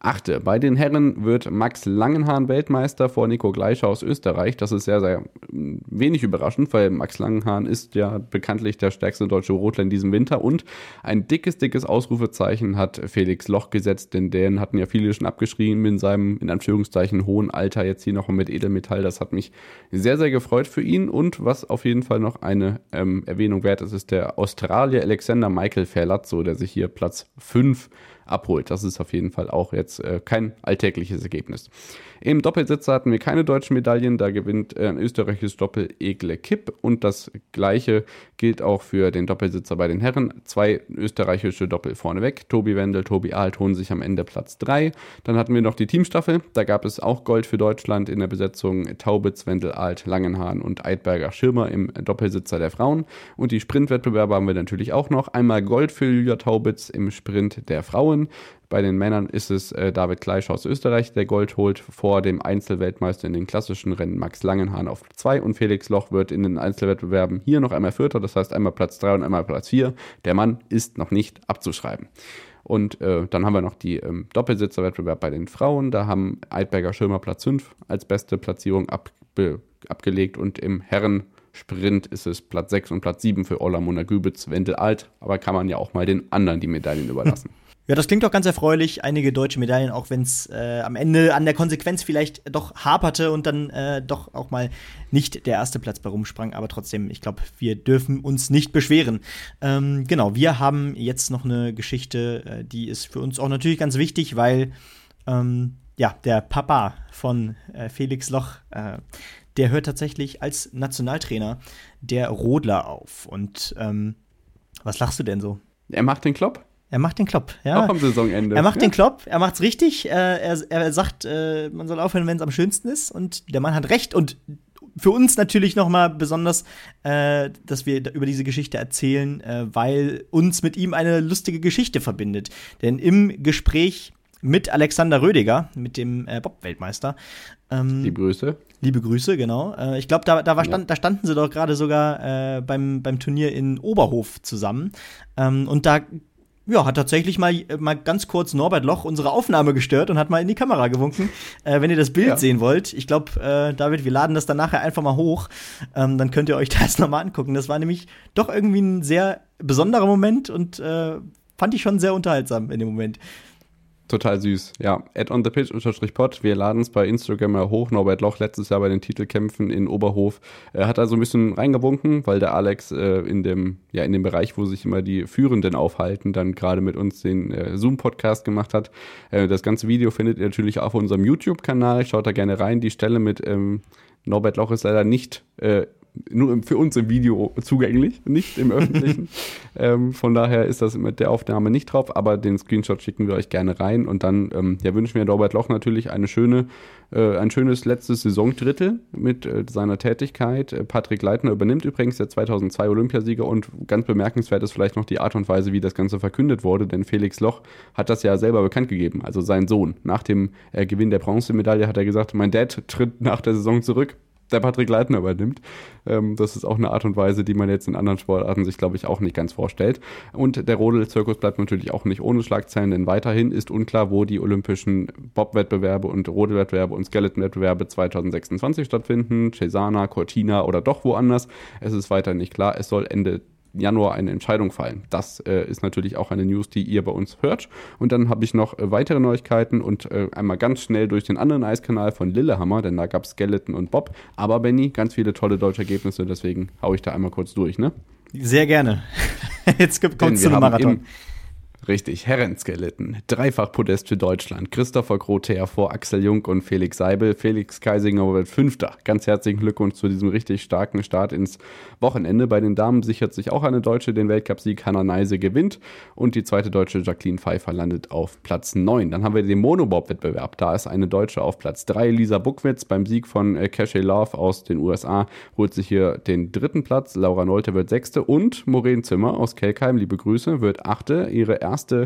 Achte. Bei den Herren wird Max Langenhahn Weltmeister vor Nico Gleicher aus Österreich. Das ist sehr, sehr wenig überraschend, weil Max Langenhahn ist ja bekanntlich der stärkste deutsche Rotler in diesem Winter. Und ein dickes, dickes Ausrufezeichen hat Felix Loch gesetzt, denn den hatten ja viele schon abgeschrieben in seinem, in Anführungszeichen, hohen Alter. Jetzt hier noch mit Edelmetall. Das hat mich sehr, sehr gefreut für ihn. Und was auf jeden Fall noch eine ähm, Erwähnung wert ist, ist der Australier Alexander Michael Ferlazzo, der sich hier Platz fünf abholt. Das ist auf jeden Fall auch jetzt äh, kein alltägliches Ergebnis. Im Doppelsitzer hatten wir keine deutschen Medaillen, da gewinnt äh, ein österreichisches Doppel Egle Kipp und das gleiche gilt auch für den Doppelsitzer bei den Herren. Zwei österreichische Doppel vorneweg, Tobi Wendel, Tobi Alt holen sich am Ende Platz drei. Dann hatten wir noch die Teamstaffel, da gab es auch Gold für Deutschland in der Besetzung Taubitz, Wendel, Alt, Langenhahn und Eidberger Schirmer im Doppelsitzer der Frauen und die Sprintwettbewerbe haben wir natürlich auch noch. Einmal Gold für Julia Taubitz im Sprint der Frauen. Bei den Männern ist es äh, David Gleicher aus Österreich, der Gold holt vor dem Einzelweltmeister in den klassischen Rennen Max Langenhahn auf zwei und Felix Loch wird in den Einzelwettbewerben hier noch einmal Vierter, das heißt einmal Platz drei und einmal Platz vier. Der Mann ist noch nicht abzuschreiben. Und äh, dann haben wir noch die ähm, Doppelsitzerwettbewerb bei den Frauen, da haben Eidberger Schirmer Platz fünf als beste Platzierung abbe- abgelegt und im Herren Sprint ist es Platz sechs und Platz sieben für Ola Mona Gübitz, Wendel Alt, aber kann man ja auch mal den anderen die Medaillen überlassen. Ja, das klingt doch ganz erfreulich. Einige deutsche Medaillen, auch wenn es äh, am Ende an der Konsequenz vielleicht doch haperte und dann äh, doch auch mal nicht der erste Platz bei rumsprang. Aber trotzdem, ich glaube, wir dürfen uns nicht beschweren. Ähm, genau, wir haben jetzt noch eine Geschichte, äh, die ist für uns auch natürlich ganz wichtig, weil ähm, ja, der Papa von äh, Felix Loch, äh, der hört tatsächlich als Nationaltrainer der Rodler auf. Und ähm, was lachst du denn so? Er macht den Klopp. Er macht den Klopp, ja. Auch am Saisonende. Er macht ja. den Klopp, er macht's richtig. Äh, er, er sagt, äh, man soll aufhören, wenn es am schönsten ist. Und der Mann hat recht. Und für uns natürlich noch mal besonders, äh, dass wir über diese Geschichte erzählen, äh, weil uns mit ihm eine lustige Geschichte verbindet. Denn im Gespräch mit Alexander Rödiger, mit dem äh, Bob-Weltmeister. Ähm, Liebe Grüße. Liebe Grüße, genau. Äh, ich glaube, da, da, war stand, ja. da standen sie doch gerade sogar äh, beim, beim Turnier in Oberhof zusammen. Ähm, und da ja, hat tatsächlich mal, mal ganz kurz Norbert Loch unsere Aufnahme gestört und hat mal in die Kamera gewunken. Äh, wenn ihr das Bild ja. sehen wollt, ich glaube, äh, David, wir laden das dann nachher einfach mal hoch. Ähm, dann könnt ihr euch das nochmal angucken. Das war nämlich doch irgendwie ein sehr besonderer Moment und äh, fand ich schon sehr unterhaltsam in dem Moment. Total süß, ja. At on the pitch unterstrich pod. Wir laden es bei Instagram mal hoch. Norbert Loch letztes Jahr bei den Titelkämpfen in Oberhof äh, hat da so ein bisschen reingewunken, weil der Alex äh, in dem ja in dem Bereich, wo sich immer die Führenden aufhalten, dann gerade mit uns den äh, Zoom-Podcast gemacht hat. Äh, das ganze Video findet ihr natürlich auch auf unserem YouTube-Kanal. Schaut da gerne rein. Die Stelle mit ähm, Norbert Loch ist leider nicht äh, nur für uns im Video zugänglich, nicht im Öffentlichen. ähm, von daher ist das mit der Aufnahme nicht drauf, aber den Screenshot schicken wir euch gerne rein und dann ähm, ja, wünschen wir Norbert Loch natürlich eine schöne, äh, ein schönes letztes Saisondrittel mit äh, seiner Tätigkeit. Äh, Patrick Leitner übernimmt übrigens der zweitausendzwei Olympiasieger und ganz bemerkenswert ist vielleicht noch die Art und Weise, wie das Ganze verkündet wurde, denn Felix Loch hat das ja selber bekannt gegeben, also sein Sohn. Nach dem äh, Gewinn der Bronzemedaille hat er gesagt, mein Dad tritt nach der Saison zurück. Der Patrick Leitner übernimmt. Ähm, das ist auch eine Art und Weise, die man jetzt in anderen Sportarten sich, glaube ich, auch nicht ganz vorstellt. Und der Rodel-Zirkus bleibt natürlich auch nicht ohne Schlagzeilen, denn weiterhin ist unklar, wo die olympischen Bob-Wettbewerbe und Rodelwettbewerbe und Skeleton-Wettbewerbe zweitausendsechsundzwanzig stattfinden. Cesana, Cortina oder doch woanders. Es ist weiterhin nicht klar. Es soll Ende Januar eine Entscheidung fallen. Das äh, ist natürlich auch eine News, die ihr bei uns hört. Und dann habe ich noch äh, weitere Neuigkeiten und äh, einmal ganz schnell durch den anderen Eiskanal von Lillehammer, denn da gab es Skeleton und Bob. Aber Benny, ganz viele tolle deutsche Ergebnisse, deswegen haue ich da einmal kurz durch, ne? Sehr gerne. Jetzt kommt es zu einem Marathon. Richtig, Herrenskeleton. Dreifach Podest für Deutschland. Christopher Grother vor Axel Jung und Felix Seibel. Felix Kaisinger wird Fünfter. Ganz herzlichen Glückwunsch zu diesem richtig starken Start ins Wochenende. Bei den Damen sichert sich auch eine Deutsche den Weltcupsieg. Hannah Neise gewinnt und die zweite Deutsche Jacqueline Pfeiffer landet auf Platz neun. Dann haben wir den Monobob-Wettbewerb. Da ist eine Deutsche auf Platz drei. Lisa Buckwitz beim Sieg von äh, Cashay Love aus den U S A holt sich hier den dritten Platz. Laura Nolte wird Sechste und Maureen Zimmer aus Kelkheim, liebe Grüße, wird Achte. Ihre erste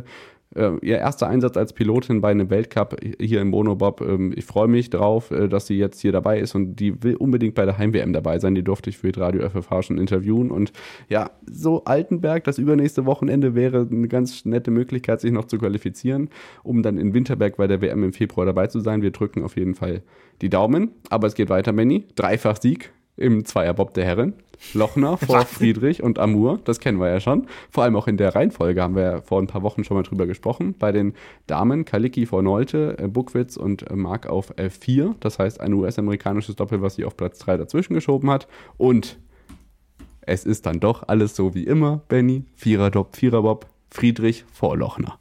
äh, ihr erster Einsatz als Pilotin bei einem Weltcup hier im Monobob. Ähm, ich freue mich drauf, äh, dass sie jetzt hier dabei ist und die will unbedingt bei der Heim-W M dabei sein. Die durfte ich für Radio F F H schon interviewen. Und ja, so Altenberg, das übernächste Wochenende wäre eine ganz nette Möglichkeit, sich noch zu qualifizieren, um dann in Winterberg bei der W M im Februar dabei zu sein. Wir drücken auf jeden Fall die Daumen. Aber es geht weiter, Benni. Dreifach Sieg im Zweierbob der Herren. Lochner vor Friedrich und Amur, das kennen wir ja schon. Vor allem auch in der Reihenfolge haben wir ja vor ein paar Wochen schon mal drüber gesprochen. Bei den Damen Kalicki vor Nolte, äh, Buckwitz und äh, Mark auf F vier. Das heißt ein U S-amerikanisches Doppel, was sie auf Platz drei dazwischen geschoben hat. Und es ist dann doch alles so wie immer, Benni. Viererdopp, Viererbob, Friedrich vor Lochner.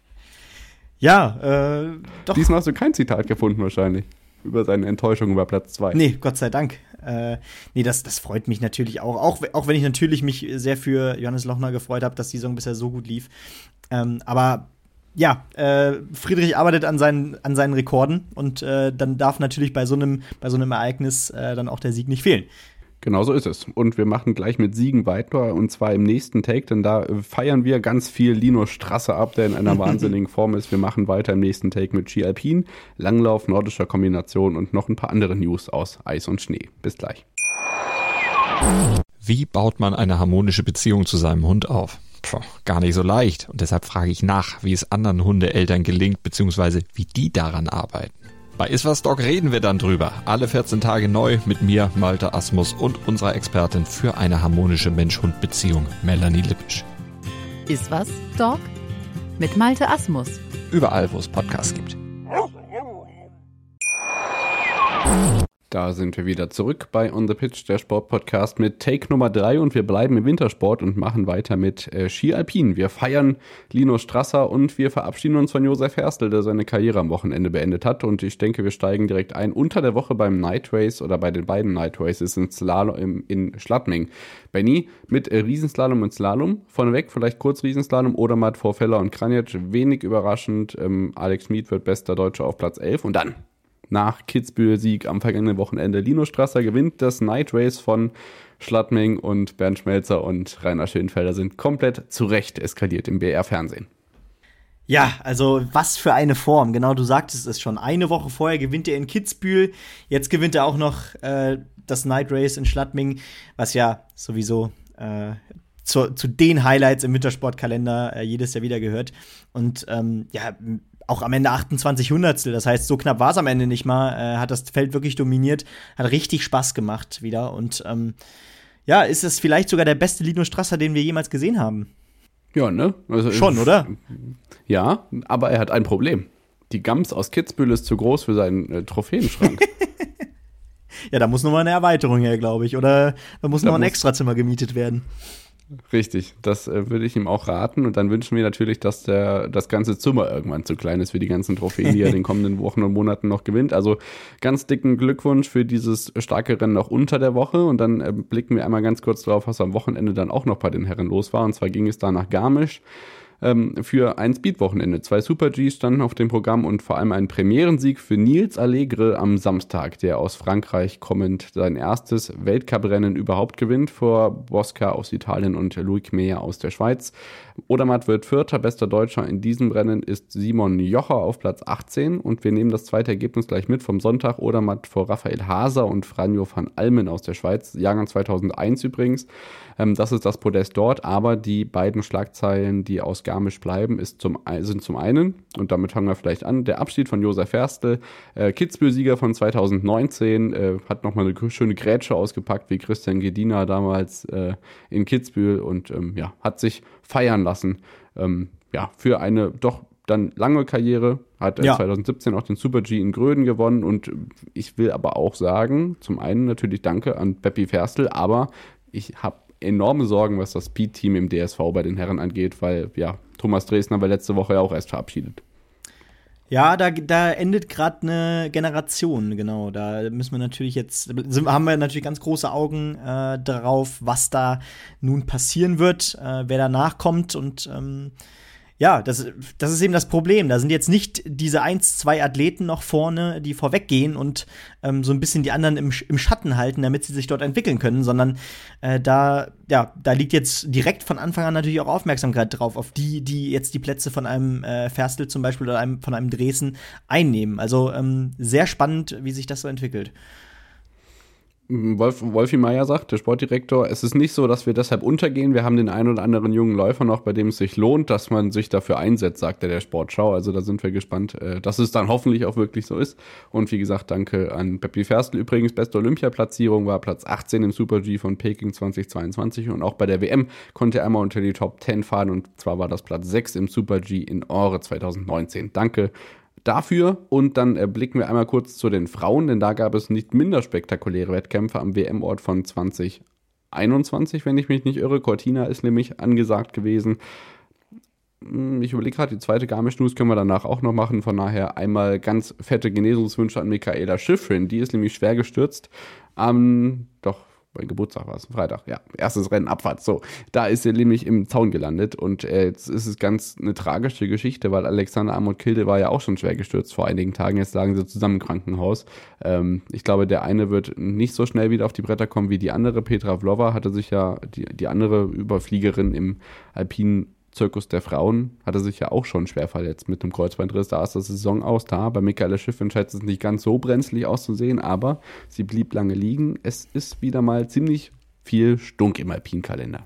Ja, äh, doch. Diesmal hast du kein Zitat gefunden wahrscheinlich über seine Enttäuschung über Platz zwei. Nee, Gott sei Dank. Äh, nee, das, das freut mich natürlich auch. auch. Auch wenn ich natürlich mich sehr für Johannes Lochner gefreut habe, dass die Saison bisher so gut lief. Ähm, aber ja, äh, Friedrich arbeitet an seinen, an seinen Rekorden und äh, dann darf natürlich bei so einem, bei so einem Ereignis äh, dann auch der Sieg nicht fehlen. Genau so ist es. Und wir machen gleich mit Siegen weiter und zwar im nächsten Take, denn da feiern wir ganz viel Linus Strasser ab, der in einer wahnsinnigen Form ist. Wir machen weiter im nächsten Take mit Ski Alpin, Langlauf, nordischer Kombination und noch ein paar andere News aus Eis und Schnee. Bis gleich. Wie baut man eine harmonische Beziehung zu seinem Hund auf? Puh, gar nicht so leicht. Und deshalb frage ich nach, wie es anderen Hundeeltern gelingt, beziehungsweise wie die daran arbeiten. Bei Iswas Dog reden wir dann drüber. Alle vierzehn Tage neu mit mir, Malte Asmus und unserer Expertin für eine harmonische Mensch-Hund-Beziehung, Melanie Lippisch. Iswas Dog mit Malte Asmus. Überall, wo es Podcasts gibt. Da sind wir wieder zurück bei On the Pitch, der Sportpodcast mit Take Nummer drei und wir bleiben im Wintersport und machen weiter mit äh, Ski Alpin. Wir feiern Linus Strasser und wir verabschieden uns von Josef Herstl, der seine Karriere am Wochenende beendet hat und ich denke, wir steigen direkt ein unter der Woche beim Night Race oder bei den beiden Night Races in, Slalom, im, in Schladming. Benni, mit äh, Riesenslalom und Slalom, vorneweg vielleicht kurz Riesenslalom, Odermatt vor Feller und Kranjec, wenig überraschend, ähm, Alex Schmid wird bester Deutscher auf Platz elf und dann nach Kitzbühel-Sieg am vergangenen Wochenende. Linus Strasser gewinnt das Night Race von Schladming und Bernd Schmelzer und Rainer Schönfelder sind komplett zu Recht eskaliert im B R-Fernsehen. Ja, also was für eine Form. Genau, du sagtest es schon. Eine Woche vorher gewinnt er in Kitzbühel. Jetzt gewinnt er auch noch äh, das Night Race in Schladming, was ja sowieso äh, zu, zu den Highlights im Wintersportkalender äh, jedes Jahr wieder gehört. Und ähm, ja, auch am Ende achtundzwanzig Hundertstel, das heißt, so knapp war es am Ende nicht mal, äh, hat das Feld wirklich dominiert, hat richtig Spaß gemacht wieder und ähm, ja, ist es vielleicht sogar der beste Linus Strasser, den wir jemals gesehen haben. Ja, ne? Also, Schon, oder? Ja, aber er hat ein Problem. Die Gams aus Kitzbühel ist zu groß für seinen äh, Trophäenschrank. Ja, da muss nochmal eine Erweiterung her, glaube ich, oder da muss nochmal ein Extrazimmer gemietet werden. Richtig, das äh, würde ich ihm auch raten und dann wünschen wir natürlich, dass der das ganze Zimmer irgendwann zu klein ist für die ganzen Trophäen, die er in den kommenden Wochen und Monaten noch gewinnt. Also ganz dicken Glückwunsch für dieses starke Rennen noch unter der Woche und dann äh, blicken wir einmal ganz kurz drauf, was am Wochenende dann auch noch bei den Herren los war und zwar ging es da nach Garmisch ähm, für ein Speed-Wochenende. Zwei Super-Gs standen auf dem Programm und vor allem ein Premierensieg für Nils Allegre am Samstag, der aus Frankreich kommend sein erstes Weltcuprennen überhaupt gewinnt vor Bosca aus Italien und Loic Meyer aus der Schweiz. Odermatt wird Vierter, bester Deutscher in diesem Rennen ist Simon Jocher auf Platz achtzehn und wir nehmen das zweite Ergebnis gleich mit vom Sonntag. Odermatt vor Raphael Haser und Franjo van Almen aus der Schweiz, Jahrgang zweitausendeins übrigens. Ähm, das ist das Podest dort, aber die beiden Schlagzeilen, die aus Garmisch bleiben, ist zum, sind zum einen, und damit fangen wir vielleicht an, der Abschied von Josef Herstl, äh, Kitzbühel-Sieger von zweitausendneunzehn, äh, hat nochmal eine schöne Grätsche ausgepackt, wie Christian Gedina damals äh, in Kitzbühel und ähm, ja, hat sich feiern lassen. Ähm, ja, für eine doch dann lange Karriere, hat er ja. zweitausendsiebzehn auch den Super-G in Gröden gewonnen und ich will aber auch sagen, zum einen natürlich Danke an Beppi Ferstl, aber ich habe enorme Sorgen, was das Speed-Team im D S V bei den Herren angeht, weil ja, Thomas Dresner war letzte Woche ja auch erst verabschiedet. Ja, da, da endet gerade eine Generation, genau. Da müssen wir natürlich jetzt, sind, haben wir natürlich ganz große Augen äh, darauf, was da nun passieren wird, äh, wer danach kommt und ähm, Ja, das, das ist eben das Problem. Da sind jetzt nicht diese eins, zwei Athleten noch vorne, die vorweggehen und ähm, so ein bisschen die anderen im, im Schatten halten, damit sie sich dort entwickeln können, sondern äh, da, ja, da liegt jetzt direkt von Anfang an natürlich auch Aufmerksamkeit drauf, auf die, die jetzt die Plätze von einem äh, Ferstl zum Beispiel oder einem, von einem Dresen einnehmen. Also ähm, sehr spannend, wie sich das so entwickelt. Wolf, Wolfi Meier sagt, der Sportdirektor, es ist nicht so, dass wir deshalb untergehen. Wir haben den einen oder anderen jungen Läufer noch, bei dem es sich lohnt, dass man sich dafür einsetzt, sagt er der Sportschau. Also da sind wir gespannt, dass es dann hoffentlich auch wirklich so ist. Und wie gesagt, danke an Peppi Ferstl. Übrigens, beste Olympiaplatzierung war Platz achtzehn im Super-G von Peking zweitausendzweiundzwanzig. Und auch bei der W M konnte er einmal unter die Top zehn fahren. Und zwar war das Platz sechs im Super-G in Åre zweitausendneunzehn. Danke dafür. Und dann äh, blicken wir einmal kurz zu den Frauen, denn da gab es nicht minder spektakuläre Wettkämpfe am W M-Ort von zwanzig einundzwanzig, wenn ich mich nicht irre. Cortina ist nämlich angesagt gewesen. Ich überlege gerade, die zweite Garmisch-News können wir danach auch noch machen. Von daher einmal ganz fette Genesungswünsche an Michaela Shiffrin. Die ist nämlich schwer gestürzt. Ähm, doch, mein Geburtstag war es, Freitag, ja, erstes Rennen, Abfahrt, so, da ist er nämlich im Zaun gelandet und äh, jetzt ist es ganz eine tragische Geschichte, weil Alexander Amott-Kilde war ja auch schon schwer gestürzt vor einigen Tagen, jetzt lagen sie zusammen im Krankenhaus. Ähm, ich glaube, der eine wird nicht so schnell wieder auf die Bretter kommen wie die andere. Petra Vlhova hatte sich ja, die, die andere Überfliegerin im alpinen Zirkus der Frauen, hatte sich ja auch schon schwer verletzt mit einem Kreuzbandriss. Da ist das Saison aus. Da bei Michaela Shiffrin scheint es nicht ganz so brenzlig auszusehen, aber sie blieb lange liegen. Es ist wieder mal ziemlich viel Stunk im Alpinkalender.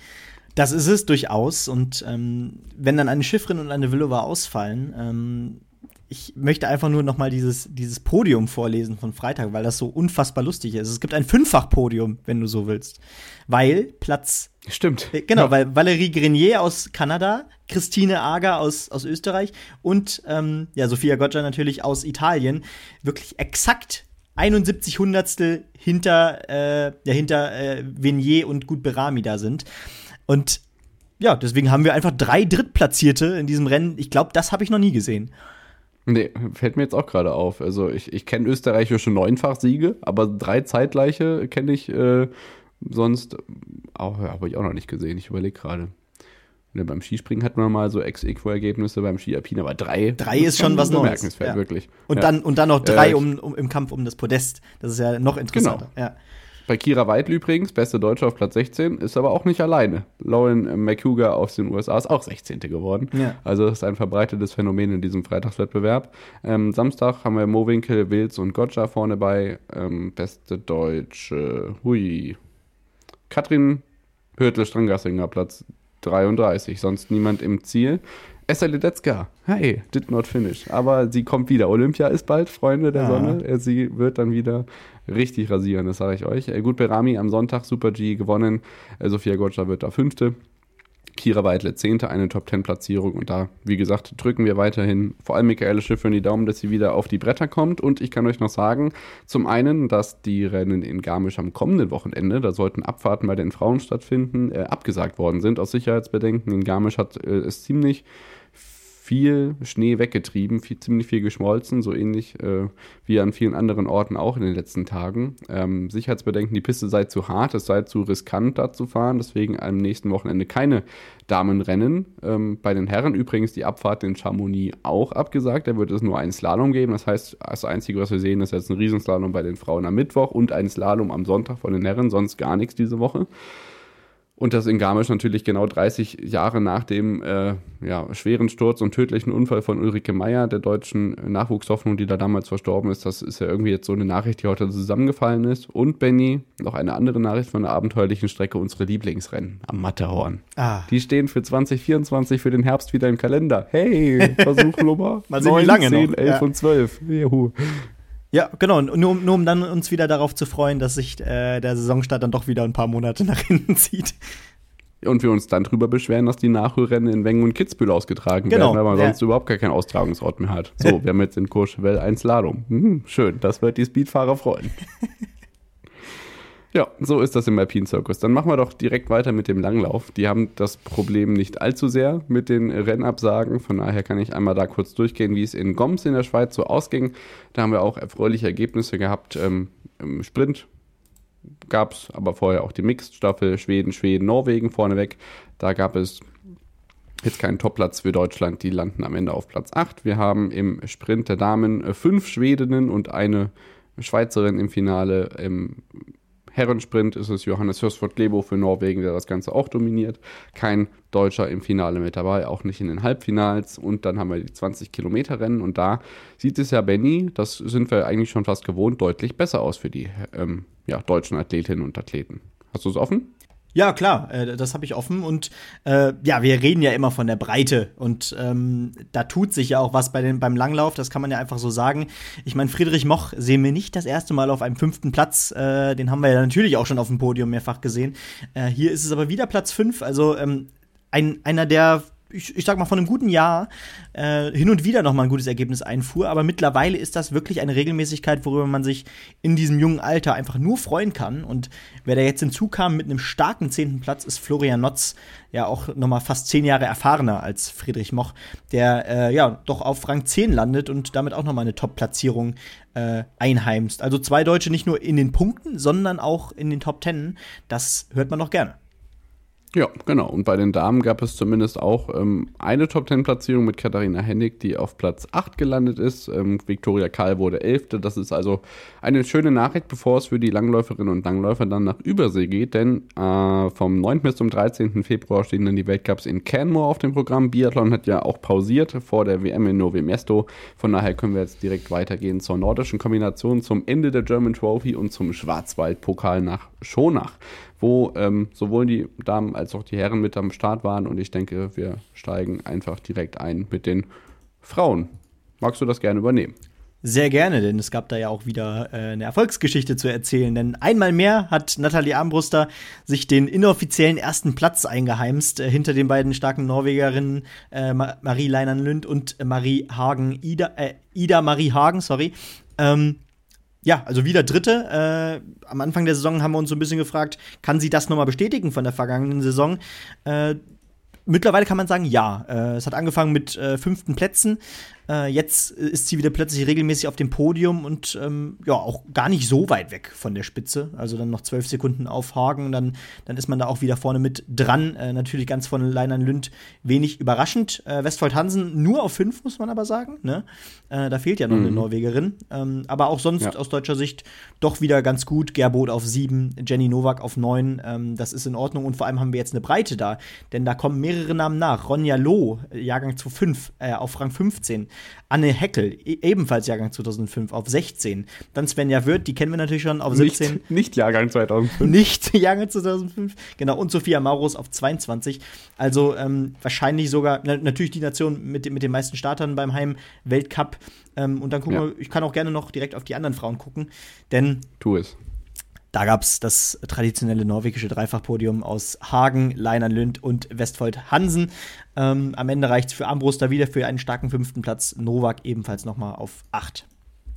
Das ist es durchaus. Und ähm, wenn dann eine Shiffrin und eine Vlhova ausfallen, ähm, ich möchte einfach nur noch mal dieses, dieses Podium vorlesen von Freitag, weil das so unfassbar lustig ist. Es gibt ein Fünffach-Podium, wenn du so willst. Weil Platz Stimmt. Äh, genau, ja. weil Valérie Grenier aus Kanada, Christine Ager aus, aus Österreich und ähm, ja, Sofia Goggia natürlich aus Italien wirklich exakt einundsiebzig Hundertstel hinter, äh, ja, hinter äh, Venier und Gut Berami da sind. Und ja, deswegen haben wir einfach drei Drittplatzierte in diesem Rennen. Ich glaube, das habe ich noch nie gesehen. Nee, fällt mir jetzt auch gerade auf. Also ich, ich kenne österreichische Neunfach-Siege, aber drei zeitgleiche kenne ich äh, sonst auch, ja, habe ich auch noch nicht gesehen. Ich überlege gerade. Ja, beim Skispringen hat man mal so Ex-Equo-Ergebnisse, beim Ski Alpin, aber drei. Drei ist schon was Neues. Bemerkenswert, ja. Wirklich. Und, ja. dann, und dann noch drei äh, um, um, im Kampf um das Podest. Das ist ja noch interessanter. Genau. Ja. Bei Kira Weidl übrigens, beste Deutsche auf Platz sechzehn, ist aber auch nicht alleine. Lauren McHuger aus den U S A ist auch sechzehnte geworden. Ja. Also das ist ein verbreitetes Phänomen in diesem Freitagswettbewerb. Ähm, Samstag haben wir Mowinkel, Wills und Goggia vorne bei. Ähm, beste Deutsche, hui. Katrin Hürtel-Strangassinger, Platz dreiunddreißig. Sonst niemand im Ziel. Esther Ledetzka, hey, did not finish. Aber sie kommt wieder. Olympia ist bald, Freunde der ja. Sonne. Sie wird dann wieder richtig rasieren, das sage ich euch. Gut, Berami am Sonntag Super-G gewonnen. Sofia Goggia wird da Fünfte. Kira Weidle Zehnte, eine Top-Zehn-Platzierung. Und da, wie gesagt, drücken wir weiterhin vor allem Michaela Shiffrin die Daumen, dass sie wieder auf die Bretter kommt. Und ich kann euch noch sagen, zum einen, dass die Rennen in Garmisch am kommenden Wochenende, da sollten Abfahrten bei den Frauen stattfinden, äh, abgesagt worden sind aus Sicherheitsbedenken. In Garmisch hat äh, es ziemlich viel Schnee weggetrieben, viel, ziemlich viel geschmolzen, so ähnlich äh, wie an vielen anderen Orten auch in den letzten Tagen. Ähm, Sicherheitsbedenken, die Piste sei zu hart, es sei zu riskant, da zu fahren, deswegen am nächsten Wochenende keine Damenrennen. Ähm, bei den Herren übrigens die Abfahrt in Chamonix auch abgesagt, da wird es nur einen Slalom geben, das heißt, das Einzige, was wir sehen, ist jetzt ein Riesenslalom bei den Frauen am Mittwoch und ein Slalom am Sonntag von den Herren, sonst gar nichts diese Woche. Und das in Garmisch natürlich genau dreißig Jahre nach dem äh, ja, schweren Sturz und tödlichen Unfall von Ulrike Meier, der deutschen Nachwuchshoffnung, die da damals verstorben ist. Das ist ja irgendwie jetzt so eine Nachricht, die heute zusammengefallen ist. Und Benny, noch eine andere Nachricht von der abenteuerlichen Strecke, unsere Lieblingsrennen am Matterhorn. Ah. Die stehen für zwanzig vierundzwanzig für den Herbst wieder im Kalender. Hey, Versuch Nummer Mal sehen, wie lange noch. elf ja. und zwölf. Juhu. Ja, genau, nur, nur um dann uns wieder darauf zu freuen, dass sich äh, der Saisonstart dann doch wieder ein paar Monate nach hinten zieht. Und wir uns dann drüber beschweren, dass die Nachholrennen in Wengen und Kitzbühel ausgetragen genau, werden, weil man ja. sonst überhaupt gar keinen Austragungsort mehr hat. So, wir haben jetzt in Courchevel ein Slalom. Hm, schön, das wird die Speedfahrer freuen. Ja, so ist das im Alpin-Zirkus. Dann machen wir doch direkt weiter mit dem Langlauf. Die haben das Problem nicht allzu sehr mit den Rennabsagen. Von daher kann ich einmal da kurz durchgehen, wie es in Goms in der Schweiz so ausging. Da haben wir auch erfreuliche Ergebnisse gehabt. Ähm, im Sprint gab es aber vorher auch die Mixed-Staffel Schweden, Schweden, Norwegen vorneweg. Da gab es Jetzt kein Topplatz für Deutschland, die landen am Ende auf Platz acht. Wir haben im Sprint der Damen fünf Schwedinnen und eine Schweizerin im Finale. Im Herrensprint ist es Johannes Hørsford-Glebo für Norwegen, der das Ganze auch dominiert. Kein Deutscher im Finale mit dabei, auch nicht in den Halbfinals. Und dann haben wir die zwanzig Kilometer Rennen und da sieht es ja, Benny, das sind wir eigentlich schon fast gewohnt, deutlich besser aus für die ähm, ja, deutschen Athletinnen und Athleten. Hast du es offen? Ja, klar, äh, das habe ich offen und äh, ja, wir reden ja immer von der Breite und ähm, da tut sich ja auch was bei den, beim Langlauf, das kann man ja einfach so sagen. Ich meine, Friedrich Moch sehen wir nicht das erste Mal auf einem fünften Platz, äh, den haben wir ja natürlich auch schon auf dem Podium mehrfach gesehen. Äh, hier ist es aber wieder Platz fünf, also ähm, ein, einer der Ich, ich sag mal, von einem guten Jahr äh, hin und wieder noch mal ein gutes Ergebnis einfuhr. Aber mittlerweile ist das wirklich eine Regelmäßigkeit, worüber man sich in diesem jungen Alter einfach nur freuen kann. Und wer da jetzt hinzukam mit einem starken zehnten Platz, ist Florian Notz, ja auch noch mal fast zehn Jahre erfahrener als Friedrich Moch, der äh, ja doch auf Rang zehn landet und damit auch noch mal eine Top-Platzierung äh, einheimst. Also zwei Deutsche nicht nur in den Punkten, sondern auch in den Top Ten. Das hört man doch gerne. Ja, genau. Und bei den Damen gab es zumindest auch ähm, eine Top-Ten-Platzierung mit Katharina Hennig, die auf Platz acht gelandet ist. Ähm, Viktoria Karl wurde Elfte. Das ist also eine schöne Nachricht, bevor es für die Langläuferinnen und Langläufer dann nach Übersee geht. Denn äh, vom neunten bis zum dreizehnten Februar stehen dann die Weltcups in Canmore auf dem Programm. Biathlon hat ja auch pausiert vor der W M in Novi Mesto. Von daher können wir jetzt direkt weitergehen zur nordischen Kombination, zum Ende der German Trophy und zum Schwarzwaldpokal nach Schonach, wo ähm, sowohl die Damen als auch die Herren mit am Start waren. Und ich denke, wir steigen einfach direkt ein mit den Frauen. Magst du das gerne übernehmen? Sehr gerne, denn es gab da ja auch wieder äh, eine Erfolgsgeschichte zu erzählen. Denn einmal mehr hat Nathalie Armbruster sich den inoffiziellen ersten Platz eingeheimst, äh, hinter den beiden starken Norwegerinnen äh, Marie Leinan-Lund und äh, Marie Hagen, Ida, äh, Ida Marie Hagen, sorry. Ähm, Ja, also wieder Dritte. Äh, am Anfang der Saison haben wir uns so ein bisschen gefragt, kann sie das nochmal bestätigen von der vergangenen Saison? Äh, mittlerweile kann man sagen, ja. Äh, es hat angefangen mit äh, fünften Plätzen. Äh, jetzt ist sie wieder plötzlich regelmäßig auf dem Podium und ähm, ja, auch gar nicht so weit weg von der Spitze. Also dann noch zwölf Sekunden auf Hagen, dann, dann ist man da auch wieder vorne mit dran. Äh, natürlich ganz vorne Leinan-Lund, wenig überraschend. Äh, Westfold Hansen nur auf fünf, muss man aber sagen. Ne? Äh, da fehlt ja noch mhm. eine Norwegerin. Ähm, aber auch sonst ja. aus deutscher Sicht doch wieder ganz gut. Gerbold auf sieben, Jenny Nowak auf neun. Ähm, das ist in Ordnung und vor allem haben wir jetzt eine Breite da. Denn da kommen mehrere Namen nach. Ronja Loh, Jahrgang zweitausendfünf, äh, auf Rang fünfzehn. Anne Heckel, e- ebenfalls Jahrgang zweitausendfünf, auf sechzehn. Dann Svenja Wirth, die kennen wir natürlich schon, auf siebzehn. Nicht, nicht Jahrgang zweitausendfünf. Nicht Jahrgang zweitausendfünf, genau. Und Sophia Maurus auf zweiundzwanzig. Also ähm, wahrscheinlich sogar, na, natürlich die Nation mit, mit den meisten Startern beim Heim-Weltcup. Ähm, und dann gucken ja. wir, ich kann auch gerne noch direkt auf die anderen Frauen gucken, denn tu es. Da gab es das traditionelle norwegische Dreifachpodium aus Hagen, Leinan-Lund und Westfold Hansen. Ähm, am Ende reicht es für Armbruster wieder für einen starken fünften Platz. Nowak ebenfalls nochmal auf acht.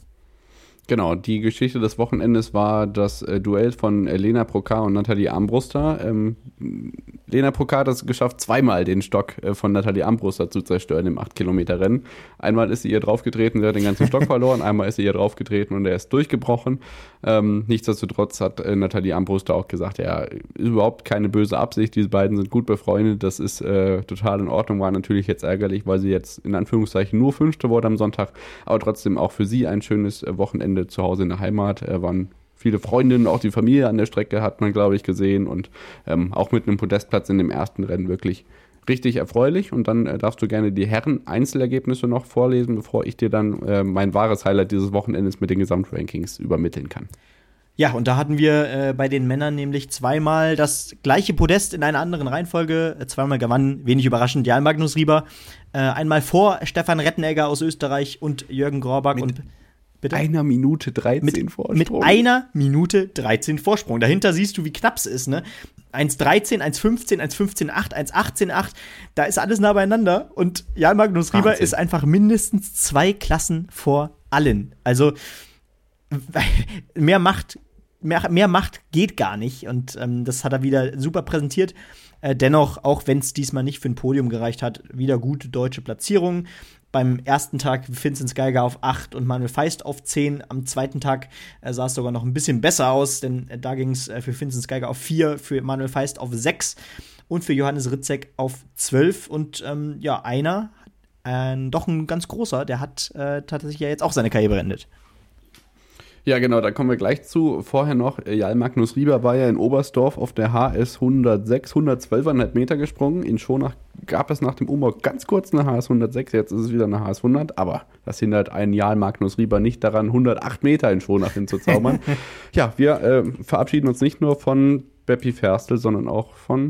Genau, die Geschichte des Wochenendes war das äh, Duell von äh, Lena Procard und Nathalie Armbruster. Ähm, Lena Procard hat es geschafft, zweimal den Stock äh, von Nathalie Armbruster zu zerstören im acht Kilometer Rennen. Einmal ist sie ihr draufgetreten, sie hat den ganzen Stock verloren, einmal ist sie ihr draufgetreten und er ist durchgebrochen. Ähm, nichtsdestotrotz hat äh, Nathalie Armbruster auch gesagt, ja, überhaupt keine böse Absicht, diese beiden sind gut befreundet, das ist äh, total in Ordnung, war natürlich jetzt ärgerlich, weil sie jetzt in Anführungszeichen nur Fünfte wurde am Sonntag, aber trotzdem auch für sie ein schönes äh, Wochenende zu Hause in der Heimat, äh, waren viele Freundinnen, auch die Familie an der Strecke hat man, glaube ich, gesehen und ähm, auch mit einem Podestplatz in dem ersten Rennen wirklich richtig erfreulich. Und dann äh, darfst du gerne die Herren-Einzelergebnisse noch vorlesen, bevor ich dir dann äh, mein wahres Highlight dieses Wochenendes mit den Gesamtrankings übermitteln kann. Ja, und da hatten wir äh, bei den Männern nämlich zweimal das gleiche Podest in einer anderen Reihenfolge. Äh, zweimal gewann, wenig überraschend, Jan Magnus Rieber. Äh, einmal vor Stefan Rettenegger aus Österreich und Jürgen Gorbach. Mit und Bitte? Einer Minute dreizehn mit, Vorsprung. Mit einer Minute dreizehn Vorsprung. Dahinter siehst du, wie knapp es ist, ne? eins dreizehn, eins fünfzehn, eins fünfzehn acht, eins achtzehn acht. Da ist alles nah beieinander. Und Jan Magnus Rieber Wahnsinn. Ist einfach mindestens zwei Klassen vor allen. Also mehr Macht, mehr, mehr Macht geht gar nicht. Und ähm, das hat er wieder super präsentiert. Äh, dennoch, auch wenn es diesmal nicht für ein Podium gereicht hat, wieder gute deutsche Platzierungen. Beim ersten Tag Vincent Geiger auf acht und Manuel Feist auf zehn. Am zweiten Tag äh, sah es sogar noch ein bisschen besser aus, denn äh, da ging es äh, für Vincent Geiger auf vier, für Manuel Feist auf sechs. und für Johannes Rydzek auf zwölf. Und ähm, ja, einer, äh, doch ein ganz großer, der hat äh, tatsächlich ja jetzt auch seine Karriere beendet. Ja, genau, da kommen wir gleich zu. Vorher noch, Jarl Magnus Rieber war ja in Oberstdorf auf der H S hundertsechs, hundertzwölf Komma fünf Meter gesprungen. In Schonach gab es nach dem Umbau ganz kurz eine H S hundertsechs, jetzt ist es wieder eine H S hundert, aber das hindert einen Jarl Magnus Rieber nicht daran, hundertacht Meter in Schonach hinzuzaubern. Ja, wir äh, verabschieden uns nicht nur von Beppi Ferstl, sondern auch von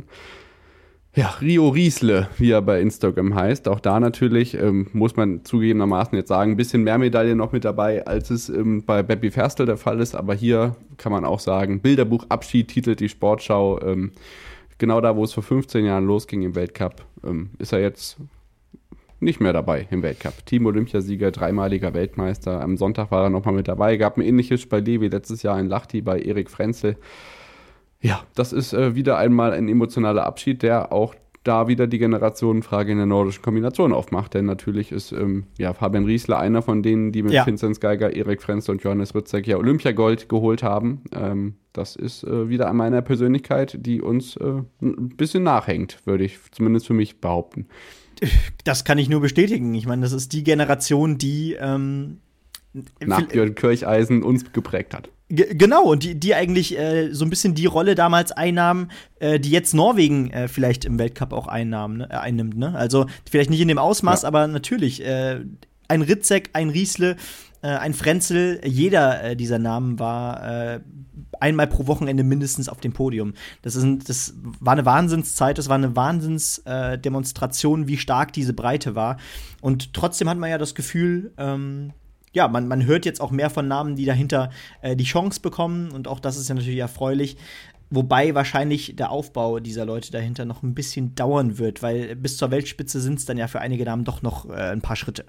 Ja, Rio Riesle, wie er bei Instagram heißt. Auch da natürlich, ähm, muss man zugegebenermaßen jetzt sagen, ein bisschen mehr Medaillen noch mit dabei, als es ähm, bei Beppi Ferstl der Fall ist. Aber hier kann man auch sagen, Bilderbuch Abschied titelt die Sportschau. Ähm, genau da, wo es vor fünfzehn Jahren losging im Weltcup, ähm, ist er jetzt nicht mehr dabei im Weltcup. Team-Olympiasieger, dreimaliger Weltmeister. Am Sonntag war er nochmal mit dabei. Gab ein ähnliches Spalier wie letztes Jahr in Lahti bei Erik Frenzel. Ja, das ist äh, wieder einmal ein emotionaler Abschied, der auch da wieder die Generationenfrage in der nordischen Kombination aufmacht. Denn natürlich ist ähm, ja, Fabian Riesle einer von denen, die mit ja. Vinzenz Geiger, Erik Frenzel und Johannes Rydzek ja Olympiagold geholt haben. Ähm, das ist äh, wieder einmal eine Persönlichkeit, die uns äh, ein bisschen nachhängt, würde ich zumindest für mich behaupten. Das kann ich nur bestätigen. Ich meine, das ist die Generation, die ähm, nach Björn Kircheisen uns geprägt hat. G- genau, und die, die eigentlich äh, so ein bisschen die Rolle damals einnahmen, äh, die jetzt Norwegen äh, vielleicht im Weltcup auch einnahm, ne, äh, einnimmt. Ne? Also vielleicht nicht in dem Ausmaß, ja. aber natürlich. Äh, ein Rydzek, ein Riesle, äh, ein Frenzel, jeder äh, dieser Namen war äh, einmal pro Wochenende mindestens auf dem Podium. Das, ist, das war eine Wahnsinnszeit, das war eine Wahnsinnsdemonstration, äh, wie stark diese Breite war. Und trotzdem hat man ja das Gefühl, ähm, ja, man, man hört jetzt auch mehr von Namen, die dahinter äh, die Chance bekommen. Und auch das ist ja natürlich erfreulich. Wobei wahrscheinlich der Aufbau dieser Leute dahinter noch ein bisschen dauern wird, weil bis zur Weltspitze sind es dann ja für einige Namen doch noch äh, ein paar Schritte.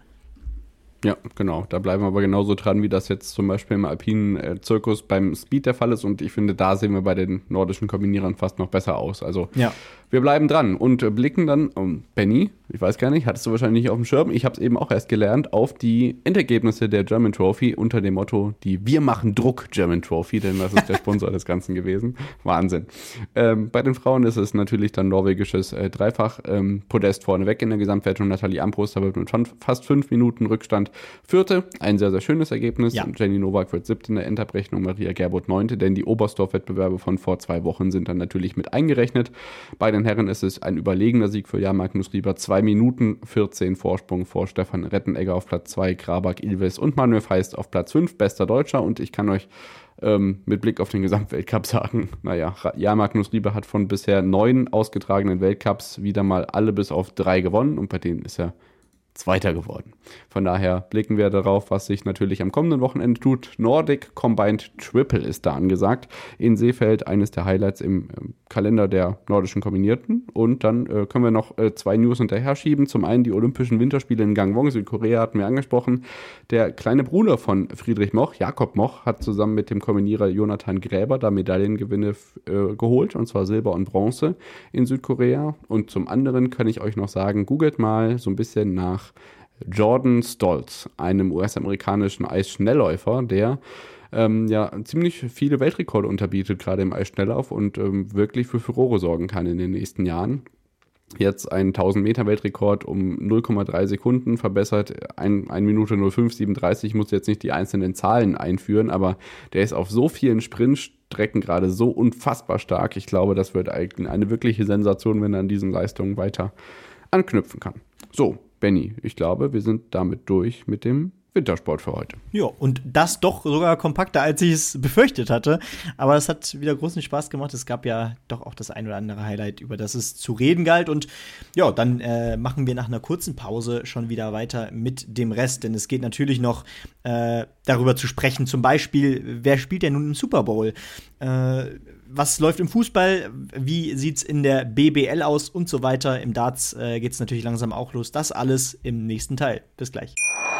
Ja, genau. Da bleiben wir aber genauso dran, wie das jetzt zum Beispiel im alpinen äh, Zirkus beim Speed der Fall ist. Und ich finde, da sehen wir bei den nordischen Kombinierern fast noch besser aus. Also ja. wir bleiben dran und äh, blicken dann, um, Benny, ich weiß gar nicht, hattest du wahrscheinlich nicht auf dem Schirm, ich habe es eben auch erst gelernt, auf die Endergebnisse der German Trophy unter dem Motto, die Wir machen Druck German Trophy, denn das ist der Sponsor des Ganzen gewesen. Wahnsinn. Ähm, bei den Frauen ist es natürlich dann norwegisches äh, Dreifach-Podest ähm, vorneweg in der Gesamtwertung. Nathalie Ambrus, da wird mit fast fünf Minuten Rückstand Vierte, ein sehr, sehr schönes Ergebnis. Ja. Jenny Nowak wird siebte in der Endabrechnung, Maria Gerbold neunte, denn die Oberstdorf-Wettbewerbe von vor zwei Wochen sind dann natürlich mit eingerechnet. Bei den Herren ist es ein überlegener Sieg für Jarl Magnus Rieber. zwei Minuten vierzehn Vorsprung vor Stefan Rettenegger auf Platz zwei, Grabak, Ilves und Manuel Feist auf Platz fünf, bester Deutscher. Und ich kann euch ähm, mit Blick auf den Gesamtweltcup sagen, naja, Jarl Magnus Rieber hat von bisher neun ausgetragenen Weltcups wieder mal alle bis auf drei gewonnen und bei denen ist er Zweiter geworden. Von daher blicken wir darauf, was sich natürlich am kommenden Wochenende tut. Nordic Combined Triple ist da angesagt. In Seefeld eines der Highlights im äh, Kalender der nordischen Kombinierten. Und dann äh, können wir noch äh, zwei News hinterher schieben. Zum einen die Olympischen Winterspiele in Gangwon, Südkorea, hatten wir angesprochen. Der kleine Bruder von Friedrich Moch, Jakob Moch, hat zusammen mit dem Kombinierer Jonathan Gräber da Medaillengewinne äh, geholt. Und zwar Silber und Bronze in Südkorea. Und zum anderen kann ich euch noch sagen, googelt mal so ein bisschen nach Jordan Stolz, einem U S-amerikanischen Eisschnellläufer, der ähm, ja ziemlich viele Weltrekorde unterbietet, gerade im Eisschnelllauf und ähm, wirklich für Furore sorgen kann in den nächsten Jahren. Jetzt ein tausend Meter Weltrekord um null Komma drei Sekunden verbessert, eine Minute null Komma fünf siebenunddreißig. Ich muss jetzt nicht die einzelnen Zahlen einführen, aber der ist auf so vielen Sprintstrecken gerade so unfassbar stark. Ich glaube, das wird eigentlich eine wirkliche Sensation, wenn er an diesen Leistungen weiter anknüpfen kann. So, Benny, ich glaube, wir sind damit durch mit dem Wintersport für heute. Ja, und das doch sogar kompakter, als ich es befürchtet hatte. Aber es hat wieder großen Spaß gemacht. Es gab ja doch auch das ein oder andere Highlight, über das es zu reden galt. Und ja, dann äh, machen wir nach einer kurzen Pause schon wieder weiter mit dem Rest. Denn es geht natürlich noch äh, darüber zu sprechen. Zum Beispiel, wer spielt denn nun im Super Bowl? Äh, was läuft im Fußball? Wie sieht's in der B B L aus? Und so weiter. Im Darts äh, geht's natürlich langsam auch los. Das alles im nächsten Teil. Bis gleich.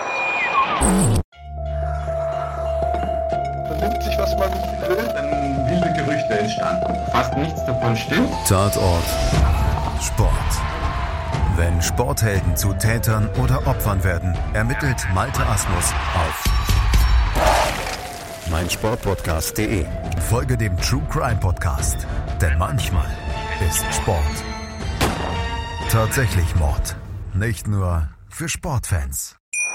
Vernimmt sich, was man will, dann wilde Gerüchte entstanden. Fast nichts davon stimmt. Tatort Sport. Wenn Sporthelden zu Tätern oder Opfern werden, ermittelt Malte Asmus auf meinsportpodcast punkt de. Folge dem True Crime Podcast, denn manchmal ist Sport Tatsächlich Mord. Nicht nur für Sportfans.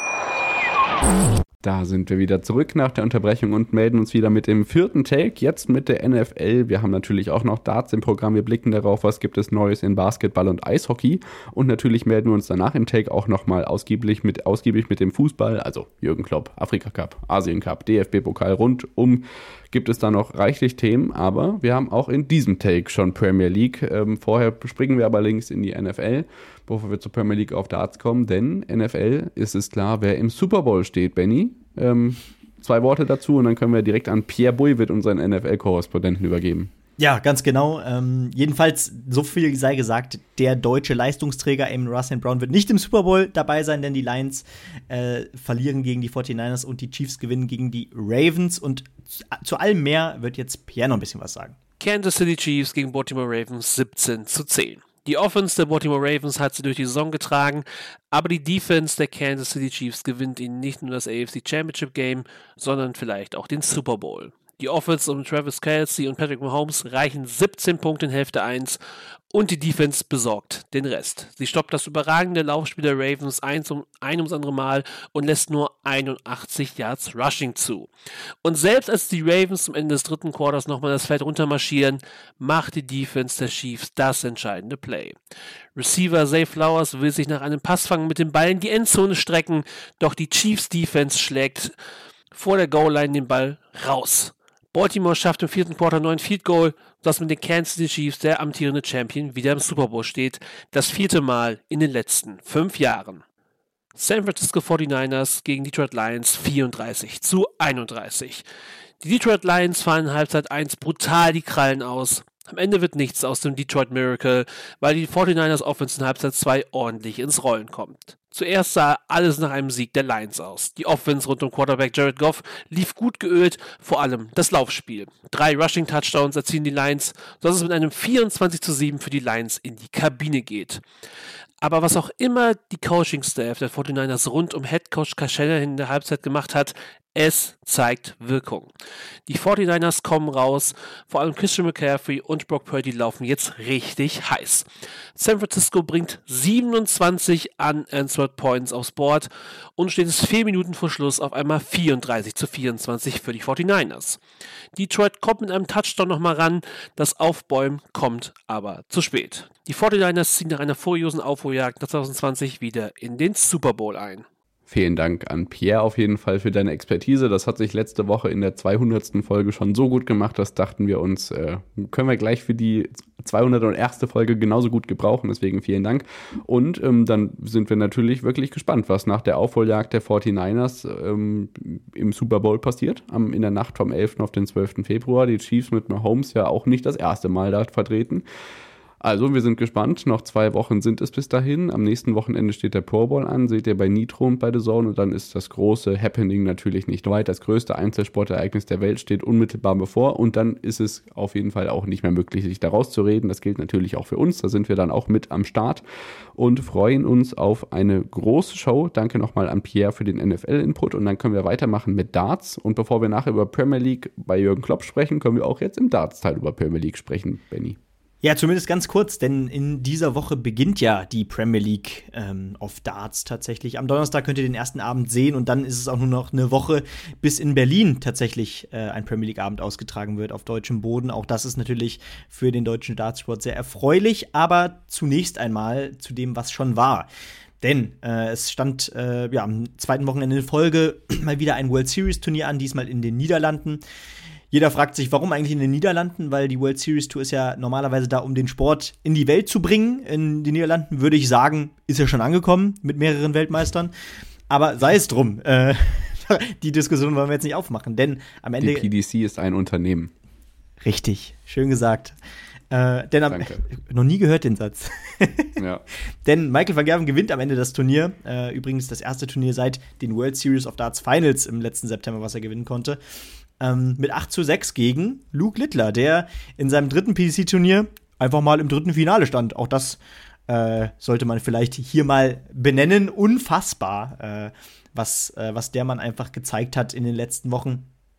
Da sind wir wieder zurück nach der Unterbrechung und melden uns wieder mit dem vierten Take, jetzt mit der N F L. Wir haben natürlich auch noch Darts im Programm. Wir blicken darauf, was gibt es Neues in Basketball und Eishockey. Und natürlich melden wir uns danach im Take auch nochmal ausgiebig mit, ausgiebig mit dem Fußball, also Jürgen Klopp, Afrika Cup, Asien Cup, D F B-Pokal rundum. Gibt es da noch reichlich Themen, aber wir haben auch in diesem Take schon Premier League. Ähm, vorher springen wir aber links in die N F L, bevor wir zur Premier League auf Darts kommen, denn N F L ist es klar, wer im Super Bowl steht, Benny. Ähm, zwei Worte dazu und dann können wir direkt an Pierre Bouivet, unseren N F L-Korrespondenten, übergeben. Ja, ganz genau. Ähm, jedenfalls, so viel sei gesagt, der deutsche Leistungsträger Amon Ra Sankt Brown wird nicht im Super Bowl dabei sein, denn die Lions äh, verlieren gegen die forty-niners und die Chiefs gewinnen gegen die Ravens. Und zu, zu allem mehr wird jetzt Pierre noch ein bisschen was sagen. Kansas City Chiefs gegen Baltimore Ravens siebzehn zu zehn. Die Offense der Baltimore Ravens hat sie durch die Saison getragen, aber die Defense der Kansas City Chiefs gewinnt ihnen nicht nur das A F C Championship Game, sondern vielleicht auch den Super Bowl. Die Offense um Travis Kelce und Patrick Mahomes reichen siebzehn Punkte in Hälfte eins und die Defense besorgt den Rest. Sie stoppt das überragende Laufspiel der Ravens ein, um, ein ums andere Mal und lässt nur einundachtzig Yards Rushing zu. Und selbst als die Ravens zum Ende des dritten Quarters nochmal das Feld runtermarschieren, macht die Defense der Chiefs das entscheidende Play. Receiver Zay Flowers will sich nach einem Passfang mit dem Ball in die Endzone strecken, doch die Chiefs Defense schlägt vor der Goal-Line den Ball raus. Baltimore schafft im vierten Quarter neun Field Goal, sodass mit den Kansas City Chiefs der amtierende Champion wieder im Super Bowl steht, das vierte Mal in den letzten fünf Jahren. San Francisco forty-niners gegen Detroit Lions vierunddreißig zu einunddreißig. Die Detroit Lions fahren in Halbzeit eins brutal die Krallen aus. Am Ende wird nichts aus dem Detroit Miracle, weil die forty-niners Offense in Halbzeit zwei ordentlich ins Rollen kommt. Zuerst sah alles nach einem Sieg der Lions aus. Die Offense rund um Quarterback Jared Goff lief gut geölt, vor allem das Laufspiel. Drei Rushing-Touchdowns erzielen die Lions, sodass es mit einem vierundzwanzig zu sieben für die Lions in die Kabine geht. Aber was auch immer die Coaching-Staff der forty-niners rund um Headcoach Kyle Shanahan in der Halbzeit gemacht hat, es zeigt Wirkung. Die forty-niners kommen raus, vor allem Christian McCaffrey und Brock Purdy laufen jetzt richtig heiß. San Francisco bringt siebenundzwanzig unanswered Points aufs Board und steht es vier Minuten vor Schluss auf einmal vierunddreißig zu vierundzwanzig für die forty-niners. Detroit kommt mit einem Touchdown nochmal ran, das Aufbäumen kommt aber zu spät. Die forty-niners ziehen nach einer furiosen Aufholjagd nach zwanzig zwanzig wieder in den Super Bowl ein. Vielen Dank an Pierre auf jeden Fall für deine Expertise. Das hat sich letzte Woche in der zweihundertsten Folge schon so gut gemacht, das dachten wir uns, äh, können wir gleich für die zweihunderterste Folge genauso gut gebrauchen. Deswegen vielen Dank. Und ähm, dann sind wir natürlich wirklich gespannt, was nach der Aufholjagd der forty-niners ähm, im Super Bowl passiert. Am, in der Nacht vom elften auf den zwölften Februar. Die Chiefs mit Mahomes ja auch nicht das erste Mal da vertreten. Also, wir sind gespannt. Noch zwei Wochen sind es bis dahin. Am nächsten Wochenende steht der Pro Bowl an. Seht ihr bei Nitro und bei The Zone. Und dann ist das große Happening natürlich nicht weit. Das größte Einzelsportereignis der Welt steht unmittelbar bevor. Und dann ist es auf jeden Fall auch nicht mehr möglich, sich da rauszureden. Das gilt natürlich auch für uns. Da sind wir dann auch mit am Start und freuen uns auf eine große Show. Danke nochmal an Pierre für den N F L-Input. Und dann können wir weitermachen mit Darts. Und bevor wir nachher über Premier League bei Jürgen Klopp sprechen, können wir auch jetzt im Darts-Teil über Premier League sprechen, Benny. Ja, zumindest ganz kurz, denn in dieser Woche beginnt ja die Premier League ähm, auf Darts tatsächlich. Am Donnerstag könnt ihr den ersten Abend sehen und dann ist es auch nur noch eine Woche, bis in Berlin tatsächlich äh, ein Premier League-Abend ausgetragen wird auf deutschem Boden. Auch das ist natürlich für den deutschen Dartsport sehr erfreulich, aber zunächst einmal zu dem, was schon war. Denn äh, es stand äh, ja, am zweiten Wochenende in Folge mal wieder ein World Series-Turnier an, diesmal in den Niederlanden. Jeder fragt sich, warum eigentlich in den Niederlanden, weil die World Series Tour ist ja normalerweise da, um den Sport in die Welt zu bringen. In den Niederlanden würde ich sagen, ist ja schon angekommen mit mehreren Weltmeistern. Aber sei es drum, äh, die Diskussion wollen wir jetzt nicht aufmachen, denn am Ende… Die P D C ist ein Unternehmen. Richtig, schön gesagt. Äh, denn am, noch nie gehört den Satz. Ja. Denn Michael van Gerwen gewinnt am Ende das Turnier. Äh, übrigens das erste Turnier seit den World Series of Darts Finals im letzten September, was er gewinnen konnte. Ähm, mit acht zu sechs gegen Luke Littler, der in seinem dritten P D C-Turnier einfach mal im dritten Finale stand. Auch das äh, sollte man vielleicht hier mal benennen. Unfassbar, äh, was, äh, was der Mann einfach gezeigt hat in den letzten Wochen.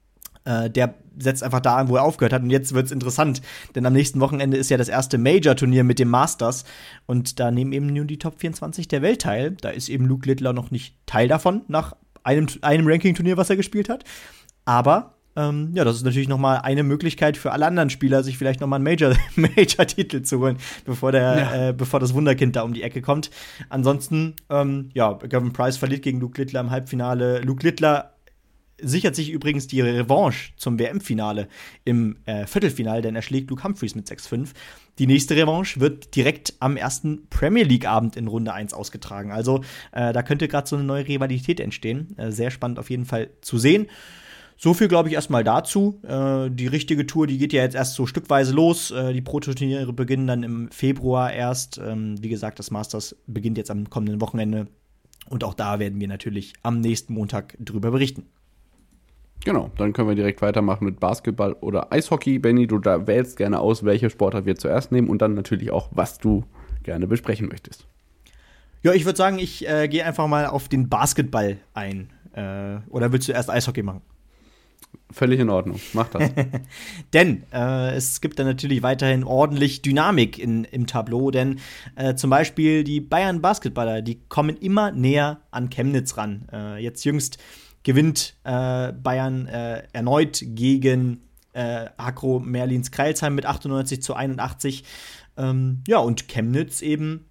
Äh, der setzt einfach da an, wo er aufgehört hat. Und jetzt wird's interessant, denn am nächsten Wochenende ist ja das erste Major-Turnier mit dem Masters. Und da nehmen eben nur die Top vierundzwanzig der Welt teil. Da ist eben Luke Littler noch nicht Teil davon, nach einem, einem Ranking-Turnier, was er gespielt hat. Aber ähm, ja, das ist natürlich noch mal eine Möglichkeit für alle anderen Spieler, sich vielleicht noch mal einen Major, Major-Titel zu holen, bevor, der, ja. äh, bevor das Wunderkind da um die Ecke kommt. Ansonsten, ähm, ja, Gavin Price verliert gegen Luke Littler im Halbfinale. Luke Littler sichert sich übrigens die Revanche zum W M-Finale im äh, Viertelfinale, denn er schlägt Luke Humphries mit sechs fünf. Die nächste Revanche wird direkt am ersten Premier League-Abend in Runde eins ausgetragen. Also äh, da könnte gerade so eine neue Rivalität entstehen. Äh, sehr spannend auf jeden Fall zu sehen. So viel, glaube ich, erstmal dazu. Äh, die richtige Tour, die geht ja jetzt erst so stückweise los. Äh, die Prototurniere beginnen dann im Februar erst. Ähm, wie gesagt, das Masters beginnt jetzt am kommenden Wochenende. Und auch da werden wir natürlich am nächsten Montag drüber berichten. Genau, dann können wir direkt weitermachen mit Basketball oder Eishockey. Benny, du da wählst gerne aus, welche Sportart wir zuerst nehmen und dann natürlich auch, was du gerne besprechen möchtest. Ja, ich würde sagen, ich äh, gehe einfach mal auf den Basketball ein. Äh, oder willst du erst Eishockey machen? Völlig in Ordnung, mach das. Denn äh, es gibt dann natürlich weiterhin ordentlich Dynamik in, im Tableau, denn äh, zum Beispiel die Bayern-Basketballer, die kommen immer näher an Chemnitz ran. Äh, jetzt jüngst gewinnt äh, Bayern äh, erneut gegen äh, Hakro Merlins-Kreilsheim mit achtundneunzig zu einundachtzig. Ähm, ja, und Chemnitz eben,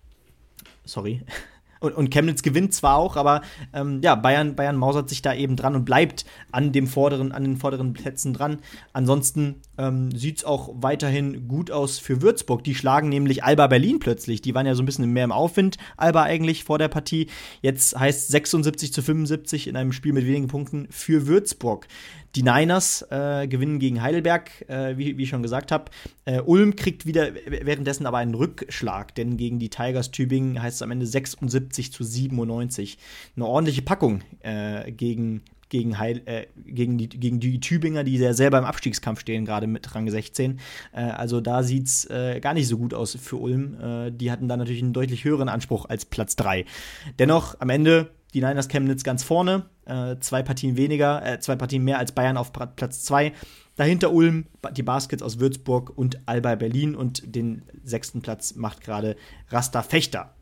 sorry, und, und Chemnitz gewinnt zwar auch, aber ähm, ja, Bayern, Bayern mausert sich da eben dran und bleibt an dem vorderen, an den vorderen Plätzen dran. Ansonsten ähm, sieht es auch weiterhin gut aus für Würzburg. Die schlagen nämlich Alba Berlin plötzlich. Die waren ja so ein bisschen mehr im Aufwind, Alba eigentlich vor der Partie. Jetzt heißt sechsundsiebzig zu fünfundsiebzig in einem Spiel mit wenigen Punkten für Würzburg. Die Niners äh, gewinnen gegen Heidelberg, äh, wie, wie ich schon gesagt habe. Äh, Ulm kriegt wieder währenddessen aber einen Rückschlag, denn gegen die Tigers Tübingen heißt es am Ende sechsundsiebzig zu siebenundneunzig. Eine ordentliche Packung äh, gegen, gegen, Heil, äh, gegen, die, gegen die Tübinger, die ja selber im Abstiegskampf stehen, gerade mit Rang sechzehn. Äh, also da sieht es äh, gar nicht so gut aus für Ulm. Äh, die hatten da natürlich einen deutlich höheren Anspruch als Platz drei. Dennoch am Ende die Niners Chemnitz ganz vorne, äh, zwei Partien weniger, äh, zwei Partien mehr als Bayern auf Platz zwei. Dahinter Ulm, die Baskets aus Würzburg und Alba Berlin und den sechsten Platz macht gerade Rasta Fechter.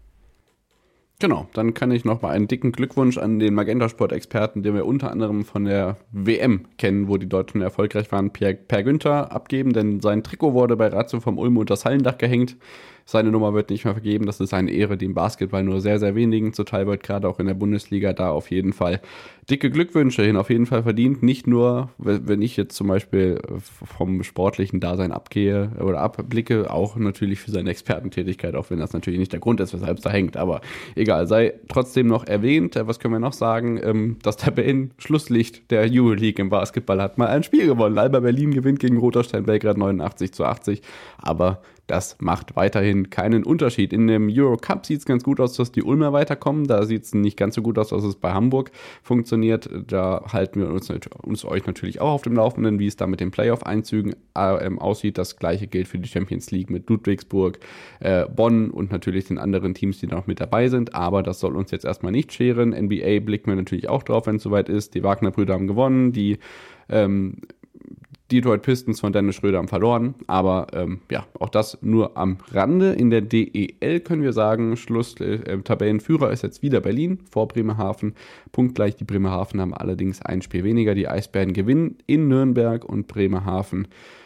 Genau, dann kann ich noch mal einen dicken Glückwunsch an den Magenta-Sport-Experten, den wir unter anderem von der W M kennen, wo die Deutschen erfolgreich waren, Pierre, Per Günther, abgeben, denn sein Trikot wurde bei Ratio vom Ulm unter das Hallendach gehängt. Seine Nummer wird nicht mehr vergeben, das ist eine Ehre, die im Basketball nur sehr, sehr wenigen zuteil wird, gerade auch in der Bundesliga, da auf jeden Fall dicke Glückwünsche hin, auf jeden Fall verdient. Nicht nur, wenn ich jetzt zum Beispiel vom sportlichen Dasein abgehe oder abblicke, auch natürlich für seine Expertentätigkeit, auch wenn das natürlich nicht der Grund ist, weshalb es da hängt, aber egal, sei trotzdem noch erwähnt. Was können wir noch sagen? Das Tabellen-Schlusslicht der Euroleague im Basketball hat mal ein Spiel gewonnen. Alba Berlin gewinnt gegen Roter Stern Belgrad neunundachtzig zu achtzig, aber das macht weiterhin keinen Unterschied. In dem Eurocup sieht es ganz gut aus, dass die Ulmer weiterkommen. Da sieht es nicht ganz so gut aus, dass es bei Hamburg funktioniert. Da halten wir uns, uns euch natürlich auch auf dem Laufenden, wie es da mit den Playoff-Einzügen äh, aussieht. Das gleiche gilt für die Champions League mit Ludwigsburg, äh, Bonn und natürlich den anderen Teams, die da noch mit dabei sind. Aber das soll uns jetzt erstmal nicht scheren. N B A blicken wir natürlich auch drauf, wenn es soweit ist. Die Wagner-Brüder haben gewonnen, die ähm, Die Detroit Pistons von Dennis Schröder haben verloren, aber ähm, ja, auch das nur am Rande. In der D E L können wir sagen, Schluss, äh, Tabellenführer ist jetzt wieder Berlin vor Bremerhaven. Punktgleich, die Bremerhaven haben allerdings ein Spiel weniger. Die Eisbären gewinnen in Nürnberg und Bremerhaven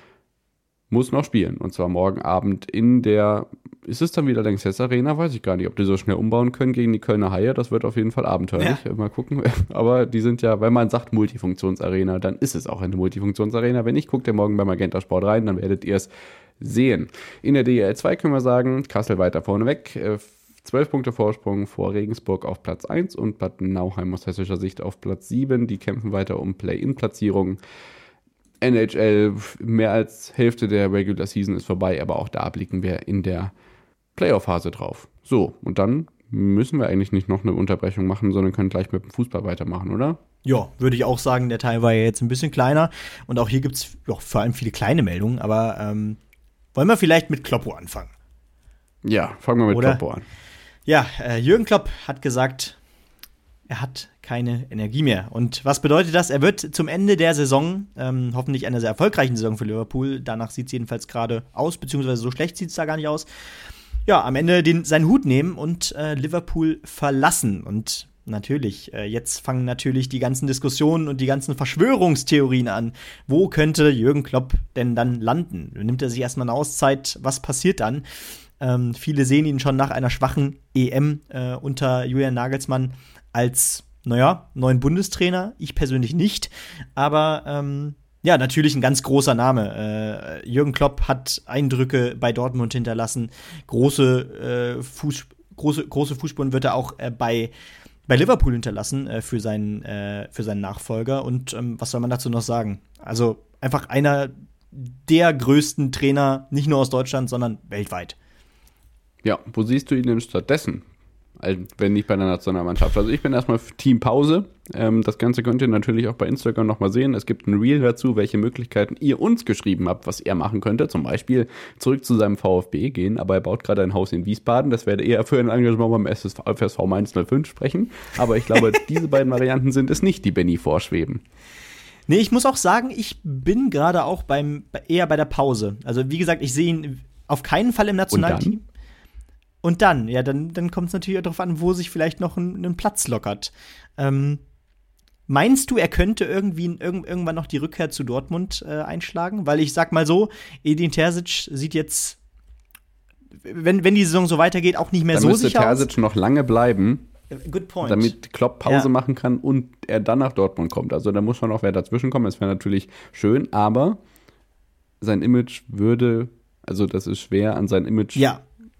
muss noch spielen. Und zwar morgen Abend in der, ist es dann wieder Lanxess Arena? Weiß ich gar nicht, ob die so schnell umbauen können gegen die Kölner Haie. Das wird auf jeden Fall abenteuerlich. Ja. Mal gucken. Aber die sind ja, wenn man sagt Multifunktionsarena, dann ist es auch eine Multifunktionsarena. Wenn nicht, guckt ihr morgen bei Magenta Sport rein, dann werdet ihr es sehen. In der D E L zwei können wir sagen, Kassel weiter vorne weg. zwölf Punkte Vorsprung vor Regensburg auf Platz eins und Bad Nauheim aus hessischer Sicht auf Platz sieben. Die kämpfen weiter um Play-In-Platzierungen. N H L, mehr als Hälfte der Regular Season ist vorbei, aber auch da blicken wir in der Playoff-Phase drauf. So, und dann müssen wir eigentlich nicht noch eine Unterbrechung machen, sondern können gleich mit dem Fußball weitermachen, oder? Ja, würde ich auch sagen, der Teil war ja jetzt ein bisschen kleiner und auch hier gibt es ja, vor allem viele kleine Meldungen, aber ähm, wollen wir vielleicht mit Kloppo anfangen? Ja, fangen wir mit oder? Kloppo an. Ja, äh, Jürgen Klopp hat gesagt, er hat keine Energie mehr. Und was bedeutet das? Er wird zum Ende der Saison, ähm, hoffentlich einer sehr erfolgreichen Saison für Liverpool, danach sieht es jedenfalls gerade aus, beziehungsweise so schlecht sieht es da gar nicht aus, ja, am Ende den, seinen Hut nehmen und äh, Liverpool verlassen. Und natürlich, äh, jetzt fangen natürlich die ganzen Diskussionen und die ganzen Verschwörungstheorien an. Wo könnte Jürgen Klopp denn dann landen? Nimmt er sich erstmal eine Auszeit? Was passiert dann? Ähm, viele sehen ihn schon nach einer schwachen E M äh, unter Julian Nagelsmann als, naja, neuen Bundestrainer. Ich persönlich nicht. Aber ähm, ja, natürlich ein ganz großer Name. Äh, Jürgen Klopp hat Eindrücke bei Dortmund hinterlassen. Große, äh, Fuß, große, große Fußspuren wird er auch äh, bei, bei Liverpool hinterlassen äh, für, seinen, äh, für seinen Nachfolger. Und ähm, was soll man dazu noch sagen? Also einfach einer der größten Trainer, nicht nur aus Deutschland, sondern weltweit. Ja, wo siehst du ihn denn stattdessen? Wenn nicht bei der Nationalmannschaft. Also ich bin erstmal für Team Pause. Ähm, das Ganze könnt ihr natürlich auch bei Instagram nochmal sehen. Es gibt ein Reel dazu, welche Möglichkeiten ihr uns geschrieben habt, was er machen könnte. Zum Beispiel zurück zu seinem VfB gehen, aber er baut gerade ein Haus in Wiesbaden. Das werde eher für ein Engagement beim S S V Mainz null fünf sprechen. Aber ich glaube, diese beiden Varianten sind es nicht, die Benny vorschweben. Nee, ich muss auch sagen, ich bin gerade auch beim eher bei der Pause. Also wie gesagt, ich sehe ihn auf keinen Fall im Nationalteam. Und dann, ja, dann, dann kommt es natürlich auch darauf an, wo sich vielleicht noch ein, ein Platz lockert. Ähm, meinst du, er könnte irgendwie irg- irgendwann noch die Rückkehr zu Dortmund äh, einschlagen? Weil ich sag mal so, Edin Terzic sieht jetzt, wenn, wenn die Saison so weitergeht, auch nicht mehr dann so müsste sicher Terzic aus. noch lange bleiben, Good point. damit Klopp Pause Ja. machen kann und er dann nach Dortmund kommt. Also da muss schon noch wer dazwischen kommen. Das wäre natürlich schön, aber sein Image würde, also das ist schwer an sein Image Ja.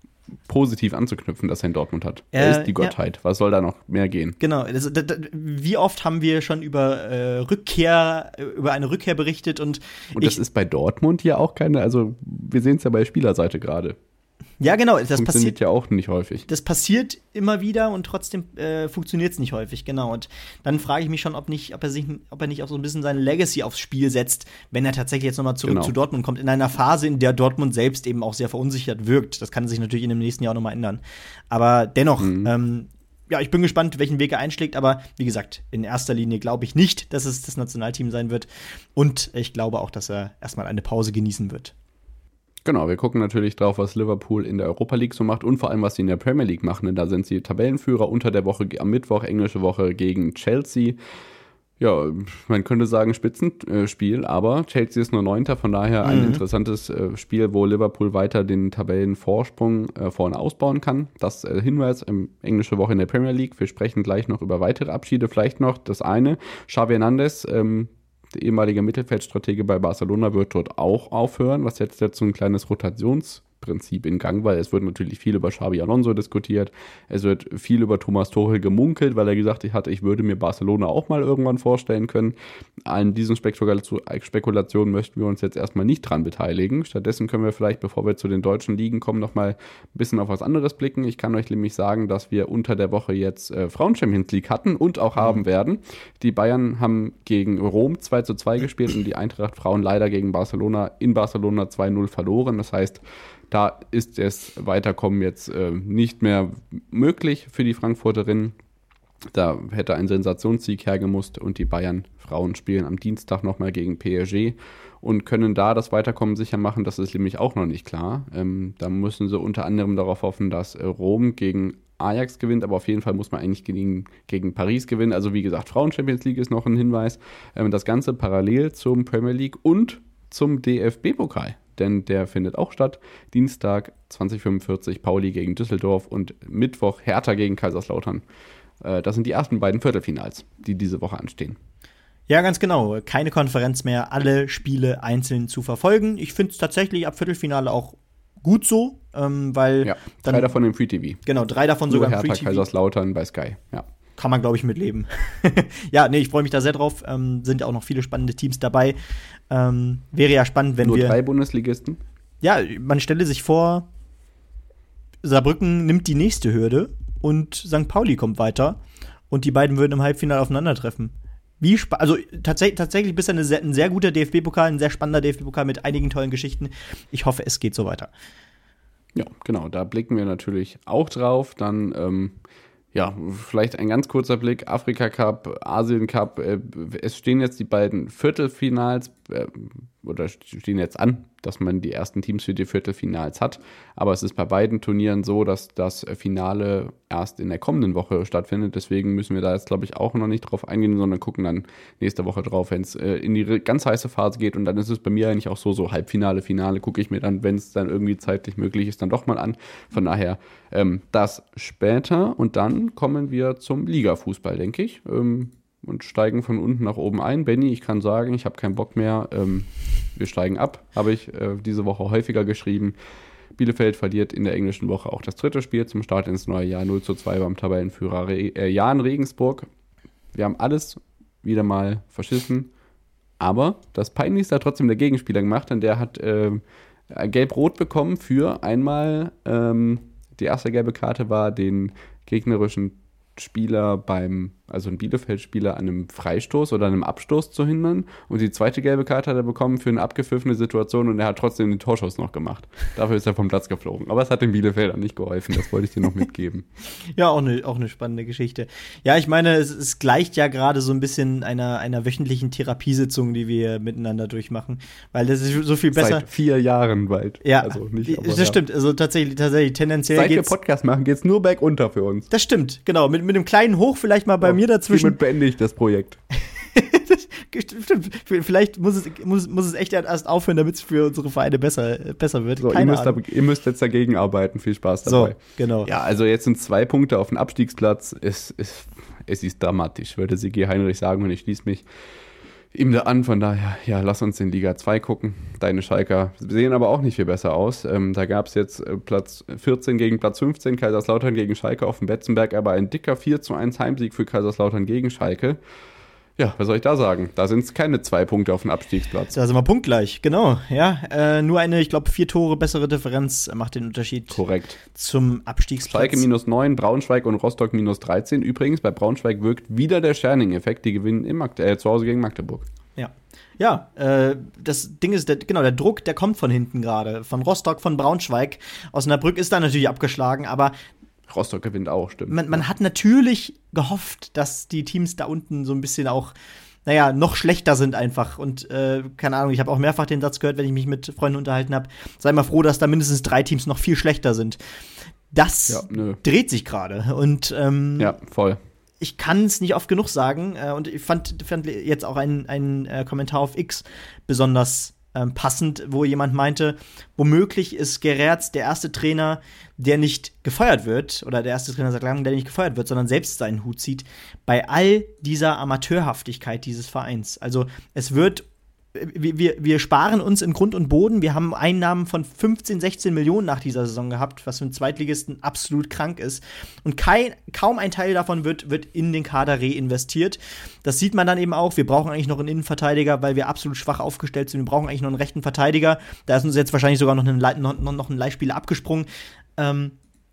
positiv anzuknüpfen, das er in Dortmund hat. Äh, er ist die Gottheit. Ja. Was soll da noch mehr gehen? Genau. Das, das, das, wie oft haben wir schon über äh, Rückkehr, über eine Rückkehr berichtet und Und das ich, ist bei Dortmund ja auch keine, also wir sehen es ja bei Spielerseite gerade. ja genau, das Funktioniert passiert. ja auch nicht häufig. Das passiert immer wieder und trotzdem äh, funktioniert es nicht häufig, genau. Und dann frage ich mich schon, ob nicht, ob er sich, ob er nicht auch so ein bisschen seine Legacy aufs Spiel setzt, wenn er tatsächlich jetzt nochmal zurück Genau. zu Dortmund kommt, in einer Phase, in der Dortmund selbst eben auch sehr verunsichert wirkt. Das kann sich natürlich in dem nächsten Jahr nochmal ändern. Aber dennoch, Mhm. ähm, ja, ich bin gespannt, welchen Weg er einschlägt, aber wie gesagt, in erster Linie glaube ich nicht, dass es das Nationalteam sein wird. Und ich glaube auch, dass er erstmal eine Pause genießen wird. Genau, wir gucken natürlich drauf, was Liverpool in der Europa League so macht und vor allem, was sie in der Premier League machen. Denn da sind sie Tabellenführer unter der Woche am Mittwoch, englische Woche gegen Chelsea. Ja, man könnte sagen Spitzenspiel, aber Chelsea ist nur Neunter, von daher ein Mhm. interessantes äh, Spiel, wo Liverpool weiter den Tabellenvorsprung äh, vorne ausbauen kann. Das äh, Hinweis, ähm, englische Woche in der Premier League. Wir sprechen gleich noch über weitere Abschiede. Vielleicht noch das eine, Xavi Hernandez, ähm, der ehemalige Mittelfeldstratege bei Barcelona, wird dort auch aufhören, was jetzt jetzt so ein kleines Rotationsprinzip in Gang, weil es wird natürlich viel über Xabi Alonso diskutiert, es wird viel über Thomas Tuchel gemunkelt, weil er gesagt hat, ich würde mir Barcelona auch mal irgendwann vorstellen können. An diesen Spekulationen möchten wir uns jetzt erstmal nicht dran beteiligen. Stattdessen können wir vielleicht, bevor wir zu den deutschen Ligen kommen, noch mal ein bisschen auf was anderes blicken. Ich kann euch nämlich sagen, dass wir unter der Woche jetzt äh, Frauen-Champions League hatten und auch mhm. haben werden. Die Bayern haben gegen Rom zwei zu zwei gespielt und die Eintracht Frauen leider gegen Barcelona in Barcelona zwei null verloren. Das heißt, da ist das Weiterkommen jetzt äh, nicht mehr möglich für die Frankfurterinnen. Da hätte ein Sensationssieg hergemusst und die Bayern-Frauen spielen am Dienstag nochmal gegen P S G und können da das Weiterkommen sicher machen. Das ist nämlich auch noch nicht klar. Ähm, da müssen sie unter anderem darauf hoffen, dass äh, Rom gegen Ajax gewinnt, aber auf jeden Fall muss man eigentlich gegen, gegen Paris gewinnen. Also wie gesagt, Frauen-Champions League ist noch ein Hinweis. Ähm, das Ganze parallel zum Premier League und zum D F B-Pokal. Denn der findet auch statt. Dienstag zwanzig fünfundvierzig Pauli gegen Düsseldorf und Mittwoch Hertha gegen Kaiserslautern. Äh, das sind die ersten beiden Viertelfinals, die diese Woche anstehen. Ja, ganz genau. Keine Konferenz mehr, alle Spiele einzeln zu verfolgen. Ich finde es tatsächlich ab Viertelfinale auch gut so, ähm, weil ja, dann, drei davon im Free T V. Genau, drei davon sogar im Free Hertha, T V. Kaiserslautern bei Sky, ja. Kann man, glaube ich, mitleben. Ja, nee, ich freue mich da sehr drauf. Ähm, sind ja auch noch viele spannende Teams dabei. Ähm, wäre ja spannend, wenn Nur wir. drei Bundesligisten? Ja, man stelle sich vor, Saarbrücken nimmt die nächste Hürde und Sankt Pauli kommt weiter und die beiden würden im Halbfinale aufeinandertreffen. Wie spa- also tats- tatsächlich bisher eine sehr, ein sehr guter D F B-Pokal, ein sehr spannender D F B-Pokal mit einigen tollen Geschichten. Ich hoffe, es geht so weiter. Ja, genau, da blicken wir natürlich auch drauf. Dann, ähm, Ja, vielleicht ein ganz kurzer Blick, Afrika Cup, Asien Cup, äh, es stehen jetzt die beiden Viertelfinals, äh, oder stehen jetzt an, dass man die ersten Teams für die Viertelfinals hat, aber es ist bei beiden Turnieren so, dass das Finale erst in der kommenden Woche stattfindet, deswegen müssen wir da jetzt, glaube ich, auch noch nicht drauf eingehen, sondern gucken dann nächste Woche drauf, wenn es äh, in die ganz heiße Phase geht, und dann ist es bei mir eigentlich auch so, so Halbfinale, Finale gucke ich mir dann, wenn es dann irgendwie zeitlich möglich ist, dann doch mal an, von daher ähm, das später, und dann kommen wir zum Liga-Fußball, denke ich, ähm, und steigen von unten nach oben ein. Benni, ich kann sagen, ich habe keinen Bock mehr, ähm, wir steigen ab, habe ich äh, diese Woche häufiger geschrieben. Bielefeld verliert in der englischen Woche auch das dritte Spiel zum Start ins neue Jahr, null zu zwei beim Tabellenführer Re- äh, Jahn Regensburg. Wir haben alles wieder mal verschissen, aber das Peinlichste hat trotzdem der Gegenspieler gemacht, denn der hat äh, gelb-rot bekommen für einmal, ähm, die erste gelbe Karte war, den gegnerischen Spieler beim, also ein Bielefeld-Spieler an einem Freistoß oder einem Abstoß zu hindern, und die zweite gelbe Karte hat er bekommen für eine abgepfiffene Situation, und er hat trotzdem den Torschuss noch gemacht. Dafür ist er vom Platz geflogen. Aber es hat den Bielefeldern nicht geholfen, das wollte ich dir noch mitgeben. Ja, auch eine auch eine spannende Geschichte. Ja, ich meine, es, es gleicht ja gerade so ein bisschen einer, einer wöchentlichen Therapiesitzung, die wir miteinander durchmachen, weil das ist so viel besser. Seit vier Jahren bald. Ja, also nicht, aber das ja. Stimmt, also tatsächlich, tatsächlich tendenziell Seit wir geht's, Podcast machen, geht's nur bergunter für uns. das stimmt, genau, mit, mit einem kleinen Hoch vielleicht mal bei Oh, mir dazwischen. Hiermit beende ich das Projekt. Stimmt, vielleicht muss es, muss, muss es echt erst aufhören, damit es für unsere Vereine besser, besser wird. So, ihr, Keine müsst Ahnung. da, ihr müsst jetzt dagegen arbeiten. Viel Spaß dabei. So, genau. Ja, also jetzt sind zwei Punkte auf dem Abstiegsplatz. Es, es, es ist dramatisch, würde Sigi Heinrich sagen, und ich schließe mich ihm da an. Von daher, ja, lass uns in Liga zwei gucken. Deine Schalker sehen aber auch nicht viel besser aus. Ähm, da gab es jetzt äh, Platz vierzehn gegen Platz fünfzehn, Kaiserslautern gegen Schalke auf dem Betzenberg, aber ein dicker vier zu eins Heimsieg für Kaiserslautern gegen Schalke. Ja, was soll ich da sagen? Da sind es keine zwei Punkte auf dem Abstiegsplatz. Da sind wir punktgleich, genau. Ja, äh, nur eine, ich glaube, vier Tore bessere Differenz macht den Unterschied Korrekt. zum Abstiegsplatz. Schalke minus neun, Braunschweig und Rostock minus dreizehn. Übrigens, bei Braunschweig wirkt wieder der Scherning-Effekt. Die gewinnen im Magde- äh, zu Hause gegen Magdeburg. Ja. Ja, äh, das Ding ist, der, genau, der Druck, der kommt von hinten gerade. Von Rostock, von Braunschweig. Osnabrück ist da natürlich abgeschlagen, aber Rostock gewinnt auch, stimmt. man, man hat natürlich gehofft, dass die Teams da unten so ein bisschen auch, naja, noch schlechter sind einfach. Und äh, keine Ahnung, ich habe auch mehrfach den Satz gehört, wenn ich mich mit Freunden unterhalten habe, sei mal froh, dass da mindestens drei Teams noch viel schlechter sind. Das Ja, nö. dreht sich gerade. Und ähm, Ja, voll. ich kann es nicht oft genug sagen. Äh, und ich fand, fand jetzt auch einen, einen äh, Kommentar auf X besonders ähm, passend, wo jemand meinte, womöglich ist Gerertz der erste Trainer, der nicht gefeuert wird, oder der erste Trainer seit langem, der nicht gefeuert wird, sondern selbst seinen Hut zieht, bei all dieser Amateurhaftigkeit dieses Vereins. Also es wird Wir, wir, wir sparen uns in Grund und Boden. Wir haben Einnahmen von fünfzehn, sechzehn Millionen nach dieser Saison gehabt, was für einen Zweitligisten absolut krank ist. Und kein, kaum ein Teil davon wird, wird in den Kader reinvestiert. Das sieht man dann eben auch. Wir brauchen eigentlich noch einen Innenverteidiger, weil wir absolut schwach aufgestellt sind. Wir brauchen eigentlich noch einen rechten Verteidiger. Da ist uns jetzt wahrscheinlich sogar noch ein, Le- noch, noch ein Leihspieler abgesprungen. Ähm,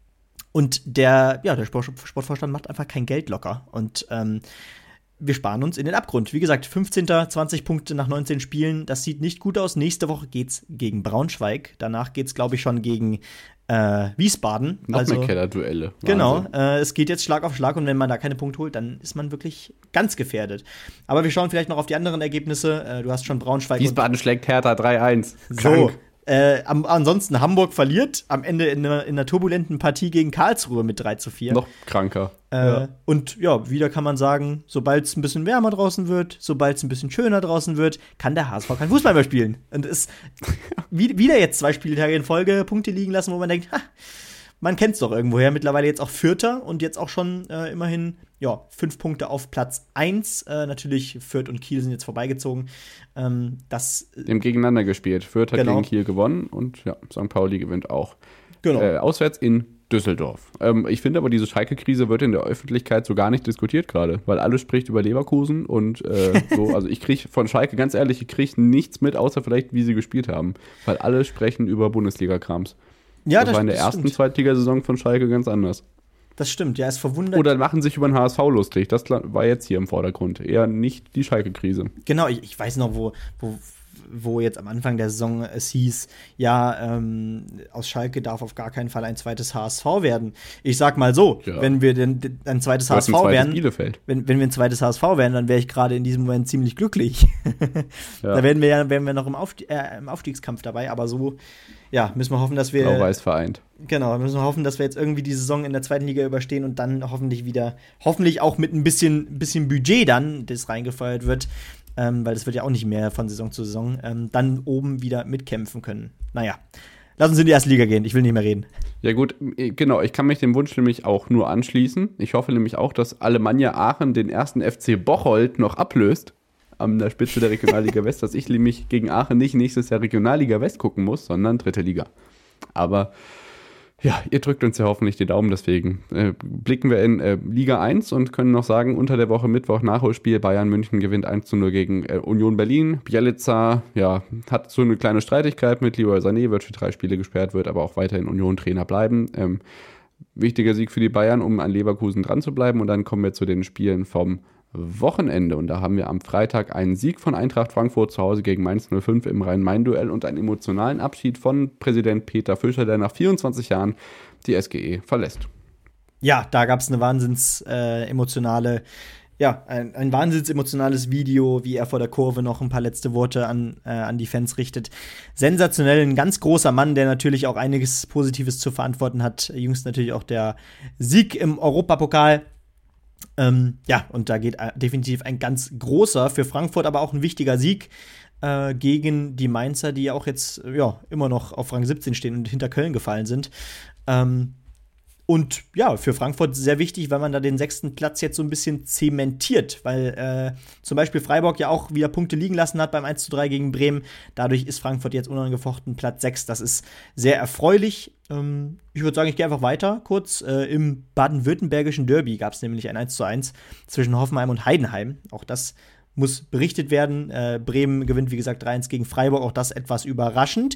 und der, ja, der Sport, Sportvorstand macht einfach kein Geld locker. Und ähm, wir sparen uns in den Abgrund. Wie gesagt, fünfzehnter zwanzig Punkte nach neunzehn Spielen, das sieht nicht gut aus. Nächste Woche geht's gegen Braunschweig. Danach geht's, glaube ich, schon gegen äh, Wiesbaden. Noch also, mehr Kellerduelle. Genau, äh, es geht jetzt Schlag auf Schlag, und wenn man da keine Punkte holt, dann ist man wirklich ganz gefährdet. Aber wir schauen vielleicht noch auf die anderen Ergebnisse. Äh, du hast schon Braunschweig. Wiesbaden schlägt Hertha drei eins. So. Äh, am, ansonsten Hamburg verliert am Ende in einer, in einer turbulenten Partie gegen Karlsruhe mit drei zu vier. Noch kranker. Äh, ja. Und ja, wieder kann man sagen, sobald es ein bisschen wärmer draußen wird, sobald es ein bisschen schöner draußen wird, kann der H S V kein Fußball mehr spielen. Und es wie, wieder jetzt zwei Spieltage in Folge Punkte liegen lassen, wo man denkt, ha, man kennt's doch irgendwoher. Mittlerweile jetzt auch Vierter und jetzt auch schon äh, immerhin ja, fünf Punkte auf Platz eins. Äh, natürlich Fürth und Kiel sind jetzt vorbeigezogen. Ähm, das Die haben gegeneinander gespielt. Fürth hat Genau. gegen Kiel gewonnen und ja, Sankt Pauli gewinnt auch. Genau. Äh, auswärts in Düsseldorf. Ähm, ich finde aber, diese Schalke-Krise wird in der Öffentlichkeit so gar nicht diskutiert gerade, weil alles spricht über Leverkusen und äh, so. Also ich kriege von Schalke, ganz ehrlich, ich kriege nichts mit, außer vielleicht, wie sie gespielt haben. Weil alle sprechen über Bundesliga-Krams. ja, das war in der das ersten stimmt. Zweitligasaison von Schalke ganz anders. Das stimmt, ja, es verwundert. Oder machen sich über den H S V lustig. Das war jetzt hier im Vordergrund. Eher nicht die Schalke-Krise. Genau, ich, ich weiß noch, wo, wo, wo jetzt am Anfang der Saison es hieß, ja, ähm, aus Schalke darf auf gar keinen Fall ein zweites H S V werden. Ich sag mal so, ja. wenn wir denn ein zweites H S V wären, wenn, wenn wir ein zweites H S V wären, dann wäre ich gerade in diesem Moment ziemlich glücklich. Ja. Da wären wir ja wären wir noch im, Aufstieg, äh, im Aufstiegskampf dabei, aber so, ja, müssen wir hoffen, dass wir Blau-Weiß vereint. Genau, müssen wir hoffen, dass wir jetzt irgendwie die Saison in der zweiten Liga überstehen und dann hoffentlich wieder, hoffentlich auch mit ein bisschen, bisschen Budget dann, das reingefeuert wird, Ähm, weil das wird ja auch nicht mehr von Saison zu Saison, ähm, dann oben wieder mitkämpfen können. Naja, lass uns in die erste Liga gehen, ich will nicht mehr reden. Ja gut, genau, ich kann mich dem Wunsch nämlich auch nur anschließen. Ich hoffe nämlich auch, dass Alemannia Aachen den ersten F C Bocholt noch ablöst an der Spitze der Regionalliga West, dass ich nämlich gegen Aachen nicht nächstes Jahr Regionalliga West gucken muss, sondern dritte Liga. Aber ja, ihr drückt uns ja hoffentlich die Daumen, deswegen äh, blicken wir in äh, Liga eins und können noch sagen, unter der Woche Mittwoch Nachholspiel, Bayern München gewinnt eins zu null gegen äh, Union Berlin. Bielica, ja, hat so eine kleine Streitigkeit mit Leroy Sané, wird für drei Spiele gesperrt, wird aber auch weiterhin Union-Trainer bleiben. Ähm, wichtiger Sieg für die Bayern, um an Leverkusen dran zu bleiben und dann kommen wir zu den Spielen vom Wochenende und da haben wir am Freitag einen Sieg von Eintracht Frankfurt zu Hause gegen Mainz null fünf im Rhein-Main-Duell und einen emotionalen Abschied von Präsident Peter Fischer, der nach vierundzwanzig Jahren die S G E verlässt. Ja, da gab es eine wahnsinns äh, emotionale, ja, ein, ein wahnsinns emotionales Video, wie er vor der Kurve noch ein paar letzte Worte an, äh, an die Fans richtet. Sensationell, ein ganz großer Mann, der natürlich auch einiges Positives zu verantworten hat. Jüngst natürlich auch der Sieg im Europapokal. Ähm, ja, und da geht definitiv ein ganz großer für Frankfurt, aber auch ein wichtiger Sieg äh, gegen die Mainzer, die ja auch jetzt ja, immer noch auf Rang siebzehn stehen und hinter Köln gefallen sind. Ähm, und ja, für Frankfurt sehr wichtig, weil man da den sechsten Platz jetzt so ein bisschen zementiert, weil äh, zum Beispiel Freiburg ja auch wieder Punkte liegen lassen hat beim eins zu drei gegen Bremen. Dadurch ist Frankfurt jetzt unangefochten Platz sechs. Das ist sehr erfreulich. Ähm, ich würde sagen, ich gehe einfach weiter kurz. Äh, Im baden-württembergischen Derby gab es nämlich ein eins zu eins zwischen Hoffenheim und Heidenheim. Auch das muss berichtet werden. Äh, Bremen gewinnt, wie gesagt, drei eins gegen Freiburg. Auch das etwas überraschend.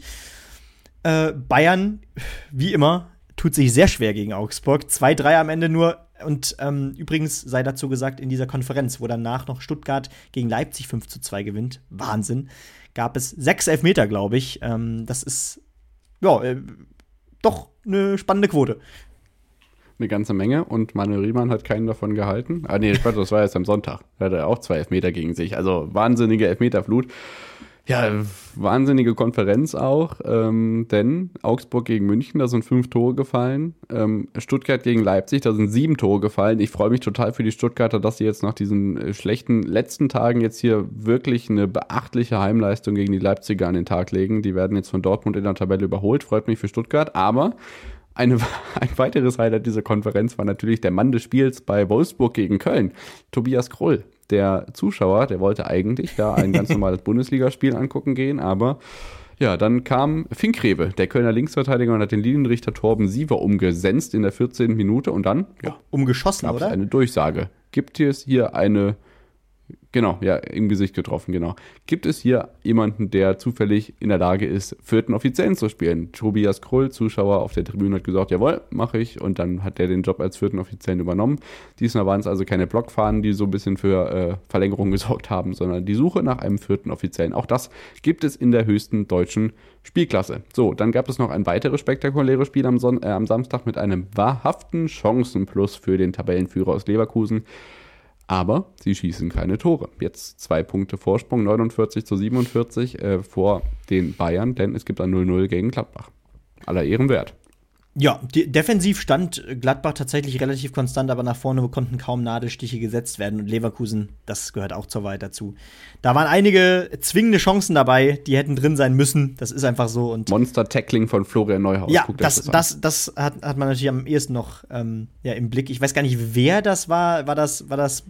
Äh, Bayern, wie immer, tut sich sehr schwer gegen Augsburg. zwei drei am Ende nur. Und ähm, übrigens sei dazu gesagt, in dieser Konferenz, wo danach noch Stuttgart gegen Leipzig fünf zu zwei gewinnt, Wahnsinn, gab es sechs Elfmeter, glaube ich. Ähm, das ist, ja, äh, doch eine spannende Quote. Eine ganze Menge und Manuel Riemann hat keinen davon gehalten. Ah nee, das war jetzt am Sonntag. Da hat er auch zwei Elfmeter gegen sich. Also wahnsinnige Elfmeterflut. Ja, wahnsinnige Konferenz auch, ähm, denn Augsburg gegen München, da sind fünf Tore gefallen. Ähm, Stuttgart gegen Leipzig, da sind sieben Tore gefallen. Ich freue mich total für die Stuttgarter, dass sie jetzt nach diesen äh, schlechten letzten Tagen jetzt hier wirklich eine beachtliche Heimleistung gegen die Leipziger an den Tag legen. Die werden jetzt von Dortmund in der Tabelle überholt. Freut mich für Stuttgart, aber Eine, ein weiteres Highlight dieser Konferenz war natürlich der Mann des Spiels bei Wolfsburg gegen Köln, Tobias Kroll. Der Zuschauer, der wollte eigentlich ja ein ganz normales Bundesligaspiel angucken gehen, aber ja, dann kam Finkrebe, der Kölner Linksverteidiger, und hat den Linienrichter Torben Siever umgesenzt in der vierzehnten Minute und dann, ja, umgeschossen, oder? Eine Durchsage. Gibt es hier eine Genau, ja, im Gesicht getroffen, genau. Gibt es hier jemanden, der zufällig in der Lage ist, vierten Offiziellen zu spielen? Tobias Krull, Zuschauer auf der Tribüne, hat gesagt, jawohl, mache ich. Und dann hat der den Job als vierten Offiziellen übernommen. Diesmal waren es also keine Blockfahnen, die so ein bisschen für äh, Verlängerung gesorgt haben, sondern die Suche nach einem vierten Offiziellen. Auch das gibt es in der höchsten deutschen Spielklasse. So, dann gab es noch ein weiteres spektakuläres Spiel am, Son- äh, am Samstag mit einem wahrhaften Chancenplus für den Tabellenführer aus Leverkusen. Aber sie schießen keine Tore. Jetzt zwei Punkte Vorsprung, neunundvierzig zu siebenundvierzig äh, vor den Bayern, denn es gibt ein null null gegen Gladbach. Aller Ehren wert. Ja, die, defensiv stand Gladbach tatsächlich relativ konstant, aber nach vorne konnten kaum Nadelstiche gesetzt werden. Und Leverkusen, das gehört auch zur Wahrheit dazu. Da waren einige zwingende Chancen dabei, die hätten drin sein müssen. Das ist einfach so. Und Monster-Tackling von Florian Neuhaus. Ja, Guckt das, das, das, das hat, hat man natürlich am ehesten noch ähm, ja, im Blick. Ich weiß gar nicht, wer das war. War das, war das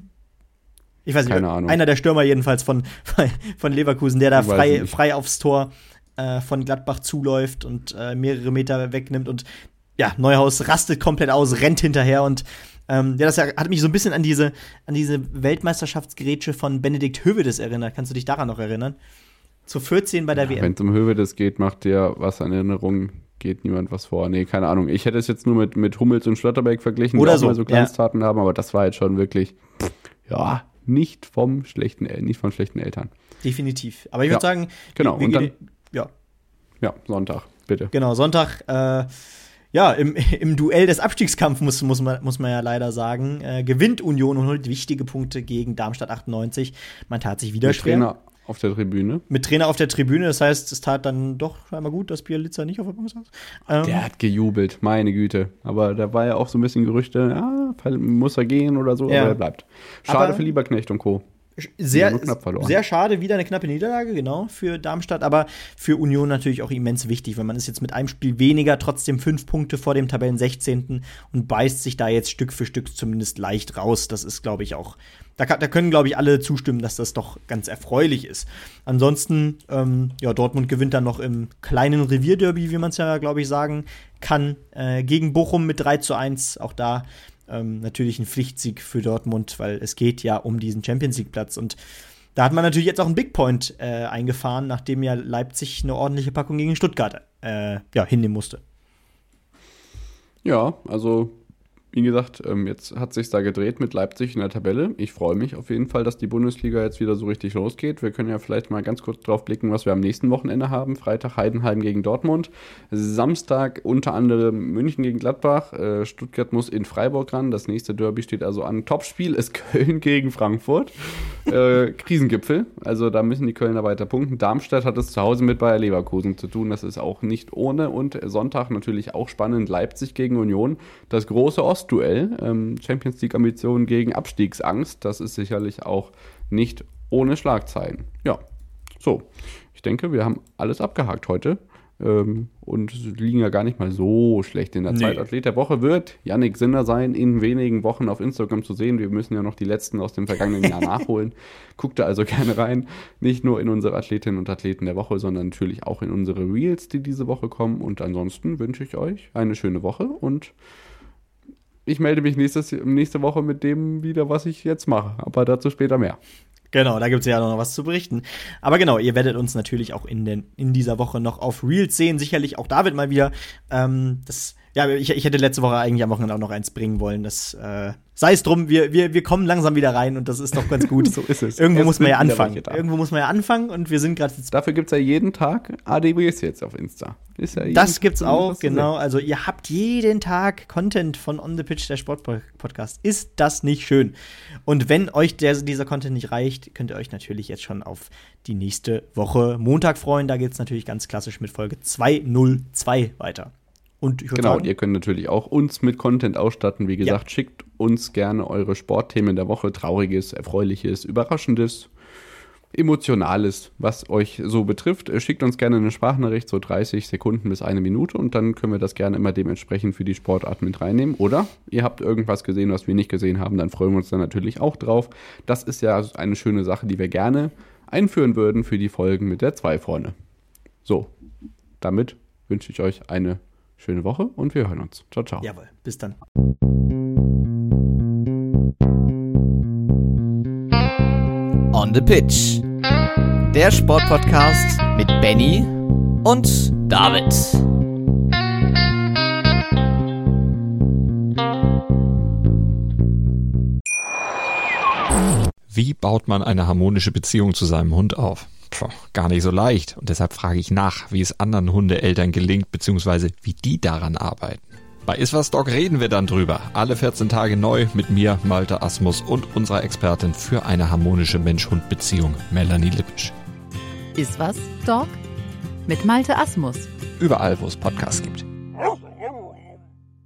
ich weiß nicht, Keine Ahnung. Einer der Stürmer jedenfalls von, von Leverkusen, der da frei, frei aufs Tor äh, von Gladbach zuläuft und äh, mehrere Meter wegnimmt. Und ja, Neuhaus rastet komplett aus, rennt hinterher und ähm, ja, das hat mich so ein bisschen an diese, an diese Weltmeisterschaftsgrätsche von Benedikt Höwedes erinnert. Kannst du dich daran noch erinnern? Zu vierzehn bei der ja, W M. Wenn es um Höwedes geht, macht dir was an Erinnerung, geht niemand was vor. Nee, keine Ahnung. Ich hätte es jetzt nur mit, mit Hummels und Schlotterbeck verglichen, Oder die auch so, mal so Glanztaten ja. haben, aber das war jetzt schon wirklich, ja, nicht vom schlechten, nicht von schlechten Eltern. Definitiv. Aber ich würde ja, sagen, genau. wir, wir Und dann, gehen, ja. ja, Sonntag, bitte. Genau, Sonntag, äh, ja, im, im Duell des Abstiegskampfs muss, muss, man, muss man ja leider sagen, äh, gewinnt Union und holt wichtige Punkte gegen Darmstadt achtundneunzig. Man tat sich wieder Mit schwer. Trainer auf der Tribüne. Mit Trainer auf der Tribüne, das heißt, es tat dann doch einmal gut, dass Bialica nicht auf der Bank saß. Ähm, Der hat gejubelt, meine Güte. Aber da war ja auch so ein bisschen Gerüchte, ja, muss er gehen oder so, ja. aber er bleibt. Schade aber für Lieberknecht und Co. Sehr, nur knapp verloren. sehr schade, wieder eine knappe Niederlage, genau, für Darmstadt, aber für Union natürlich auch immens wichtig, weil man ist jetzt mit einem Spiel weniger, trotzdem fünf Punkte vor dem Tabellen sechzehnten und beißt sich da jetzt Stück für Stück zumindest leicht raus. Das ist, glaube ich, auch, da, da können, glaube ich, alle zustimmen, dass das doch ganz erfreulich ist. Ansonsten, ähm, ja, Dortmund gewinnt dann noch im kleinen Revierderby, wie man es ja, glaube ich, sagen kann, äh, gegen Bochum mit drei zu eins, auch da Ähm, natürlich ein Pflichtsieg für Dortmund, weil es geht ja um diesen Champions-League-Platz. Und da hat man natürlich jetzt auch einen Big Point äh, eingefahren, nachdem ja Leipzig eine ordentliche Packung gegen Stuttgart äh, ja, hinnehmen musste. Ja, also wie gesagt, ähm, jetzt hat sich's da gedreht mit Leipzig in der Tabelle. Ich freue mich auf jeden Fall, dass die Bundesliga jetzt wieder so richtig losgeht. Wir können ja vielleicht mal ganz kurz drauf blicken, was wir am nächsten Wochenende haben. Freitag Heidenheim gegen Dortmund. Samstag unter anderem München gegen Gladbach. Äh, Stuttgart muss in Freiburg ran. Das nächste Derby steht also an. Topspiel ist Köln gegen Frankfurt. Äh, Krisengipfel. Also da müssen die Kölner weiter punkten. Darmstadt hat es zu Hause mit Bayer Leverkusen zu tun. Das ist auch nicht ohne. Und Sonntag natürlich auch spannend. Leipzig gegen Union. Das große Ost Duell, ähm, Champions League Ambitionen gegen Abstiegsangst, das ist sicherlich auch nicht ohne Schlagzeilen. Ja, so, ich denke, wir haben alles abgehakt heute ähm, und liegen ja gar nicht mal so schlecht in der Nee. Zeit. Athlet der Woche wird Yannick Sinner sein, in wenigen Wochen auf Instagram zu sehen. Wir müssen ja noch die letzten aus dem vergangenen Jahr nachholen. Guckt da also gerne rein, nicht nur in unsere Athletinnen und Athleten der Woche, sondern natürlich auch in unsere Reels, die diese Woche kommen. Und ansonsten wünsche ich euch eine schöne Woche und ich melde mich nächstes, nächste Woche mit dem wieder, was ich jetzt mache. Aber dazu später mehr. Genau, da gibt es ja noch was zu berichten. Aber genau, ihr werdet uns natürlich auch in, den, in dieser Woche noch auf Reels sehen. Sicherlich auch David mal wieder. Ähm, das, ja, ich, ich hätte letzte Woche eigentlich am Wochenende auch noch eins bringen wollen. Das äh, sei es drum, wir, wir, wir kommen langsam wieder rein und das ist doch ganz gut. So ist es. Irgendwo Es muss man sind ja wieder anfangen. welche da. Irgendwo muss man ja anfangen und wir sind gerade jetzt. Dafür gibt es ja jeden Tag A D Ws jetzt auf Insta. Ist ja jeden Das gibt's Tag auch, was zu genau. sehen. Also ihr habt jeden Tag Content von On the Pitch, der Sportpodcast. Ist das nicht schön? Und wenn euch der, dieser Content nicht reicht, könnt ihr euch natürlich jetzt schon auf die nächste Woche Montag freuen. Da geht's natürlich ganz klassisch mit Folge zweihundertzwei weiter. Und ich würde Genau, sagen, und ihr könnt natürlich auch uns mit Content ausstatten. Wie gesagt, schickt uns gerne eure Sportthemen der Woche. Trauriges, Erfreuliches, Überraschendes, Emotionales, was euch so betrifft. Schickt uns gerne eine Sprachnachricht, so dreißig Sekunden bis eine Minute. Und dann können wir das gerne immer dementsprechend für die Sportart mit reinnehmen. Oder ihr habt irgendwas gesehen, was wir nicht gesehen haben, dann freuen wir uns dann natürlich auch drauf. Das ist ja eine schöne Sache, die wir gerne einführen würden für die Folgen mit der zwei vorne. So, damit wünsche ich euch eine schöne Woche und wir hören uns. Ciao, ciao. jawohl, bis dann. On the Pitch. Der Sportpodcast mit Benny und David. Wie baut man eine harmonische Beziehung zu seinem Hund auf? Puh, gar nicht so leicht. Und deshalb frage ich nach, wie es anderen Hundeeltern gelingt, beziehungsweise wie die daran arbeiten. Bei Iswas Dog reden wir dann drüber. Alle vierzehn Tage neu mit mir, Malte Asmus und unserer Expertin für eine harmonische Mensch-Hund-Beziehung, Melanie Lippisch. Iswas Dog mit Malte Asmus. Überall, wo es Podcasts gibt.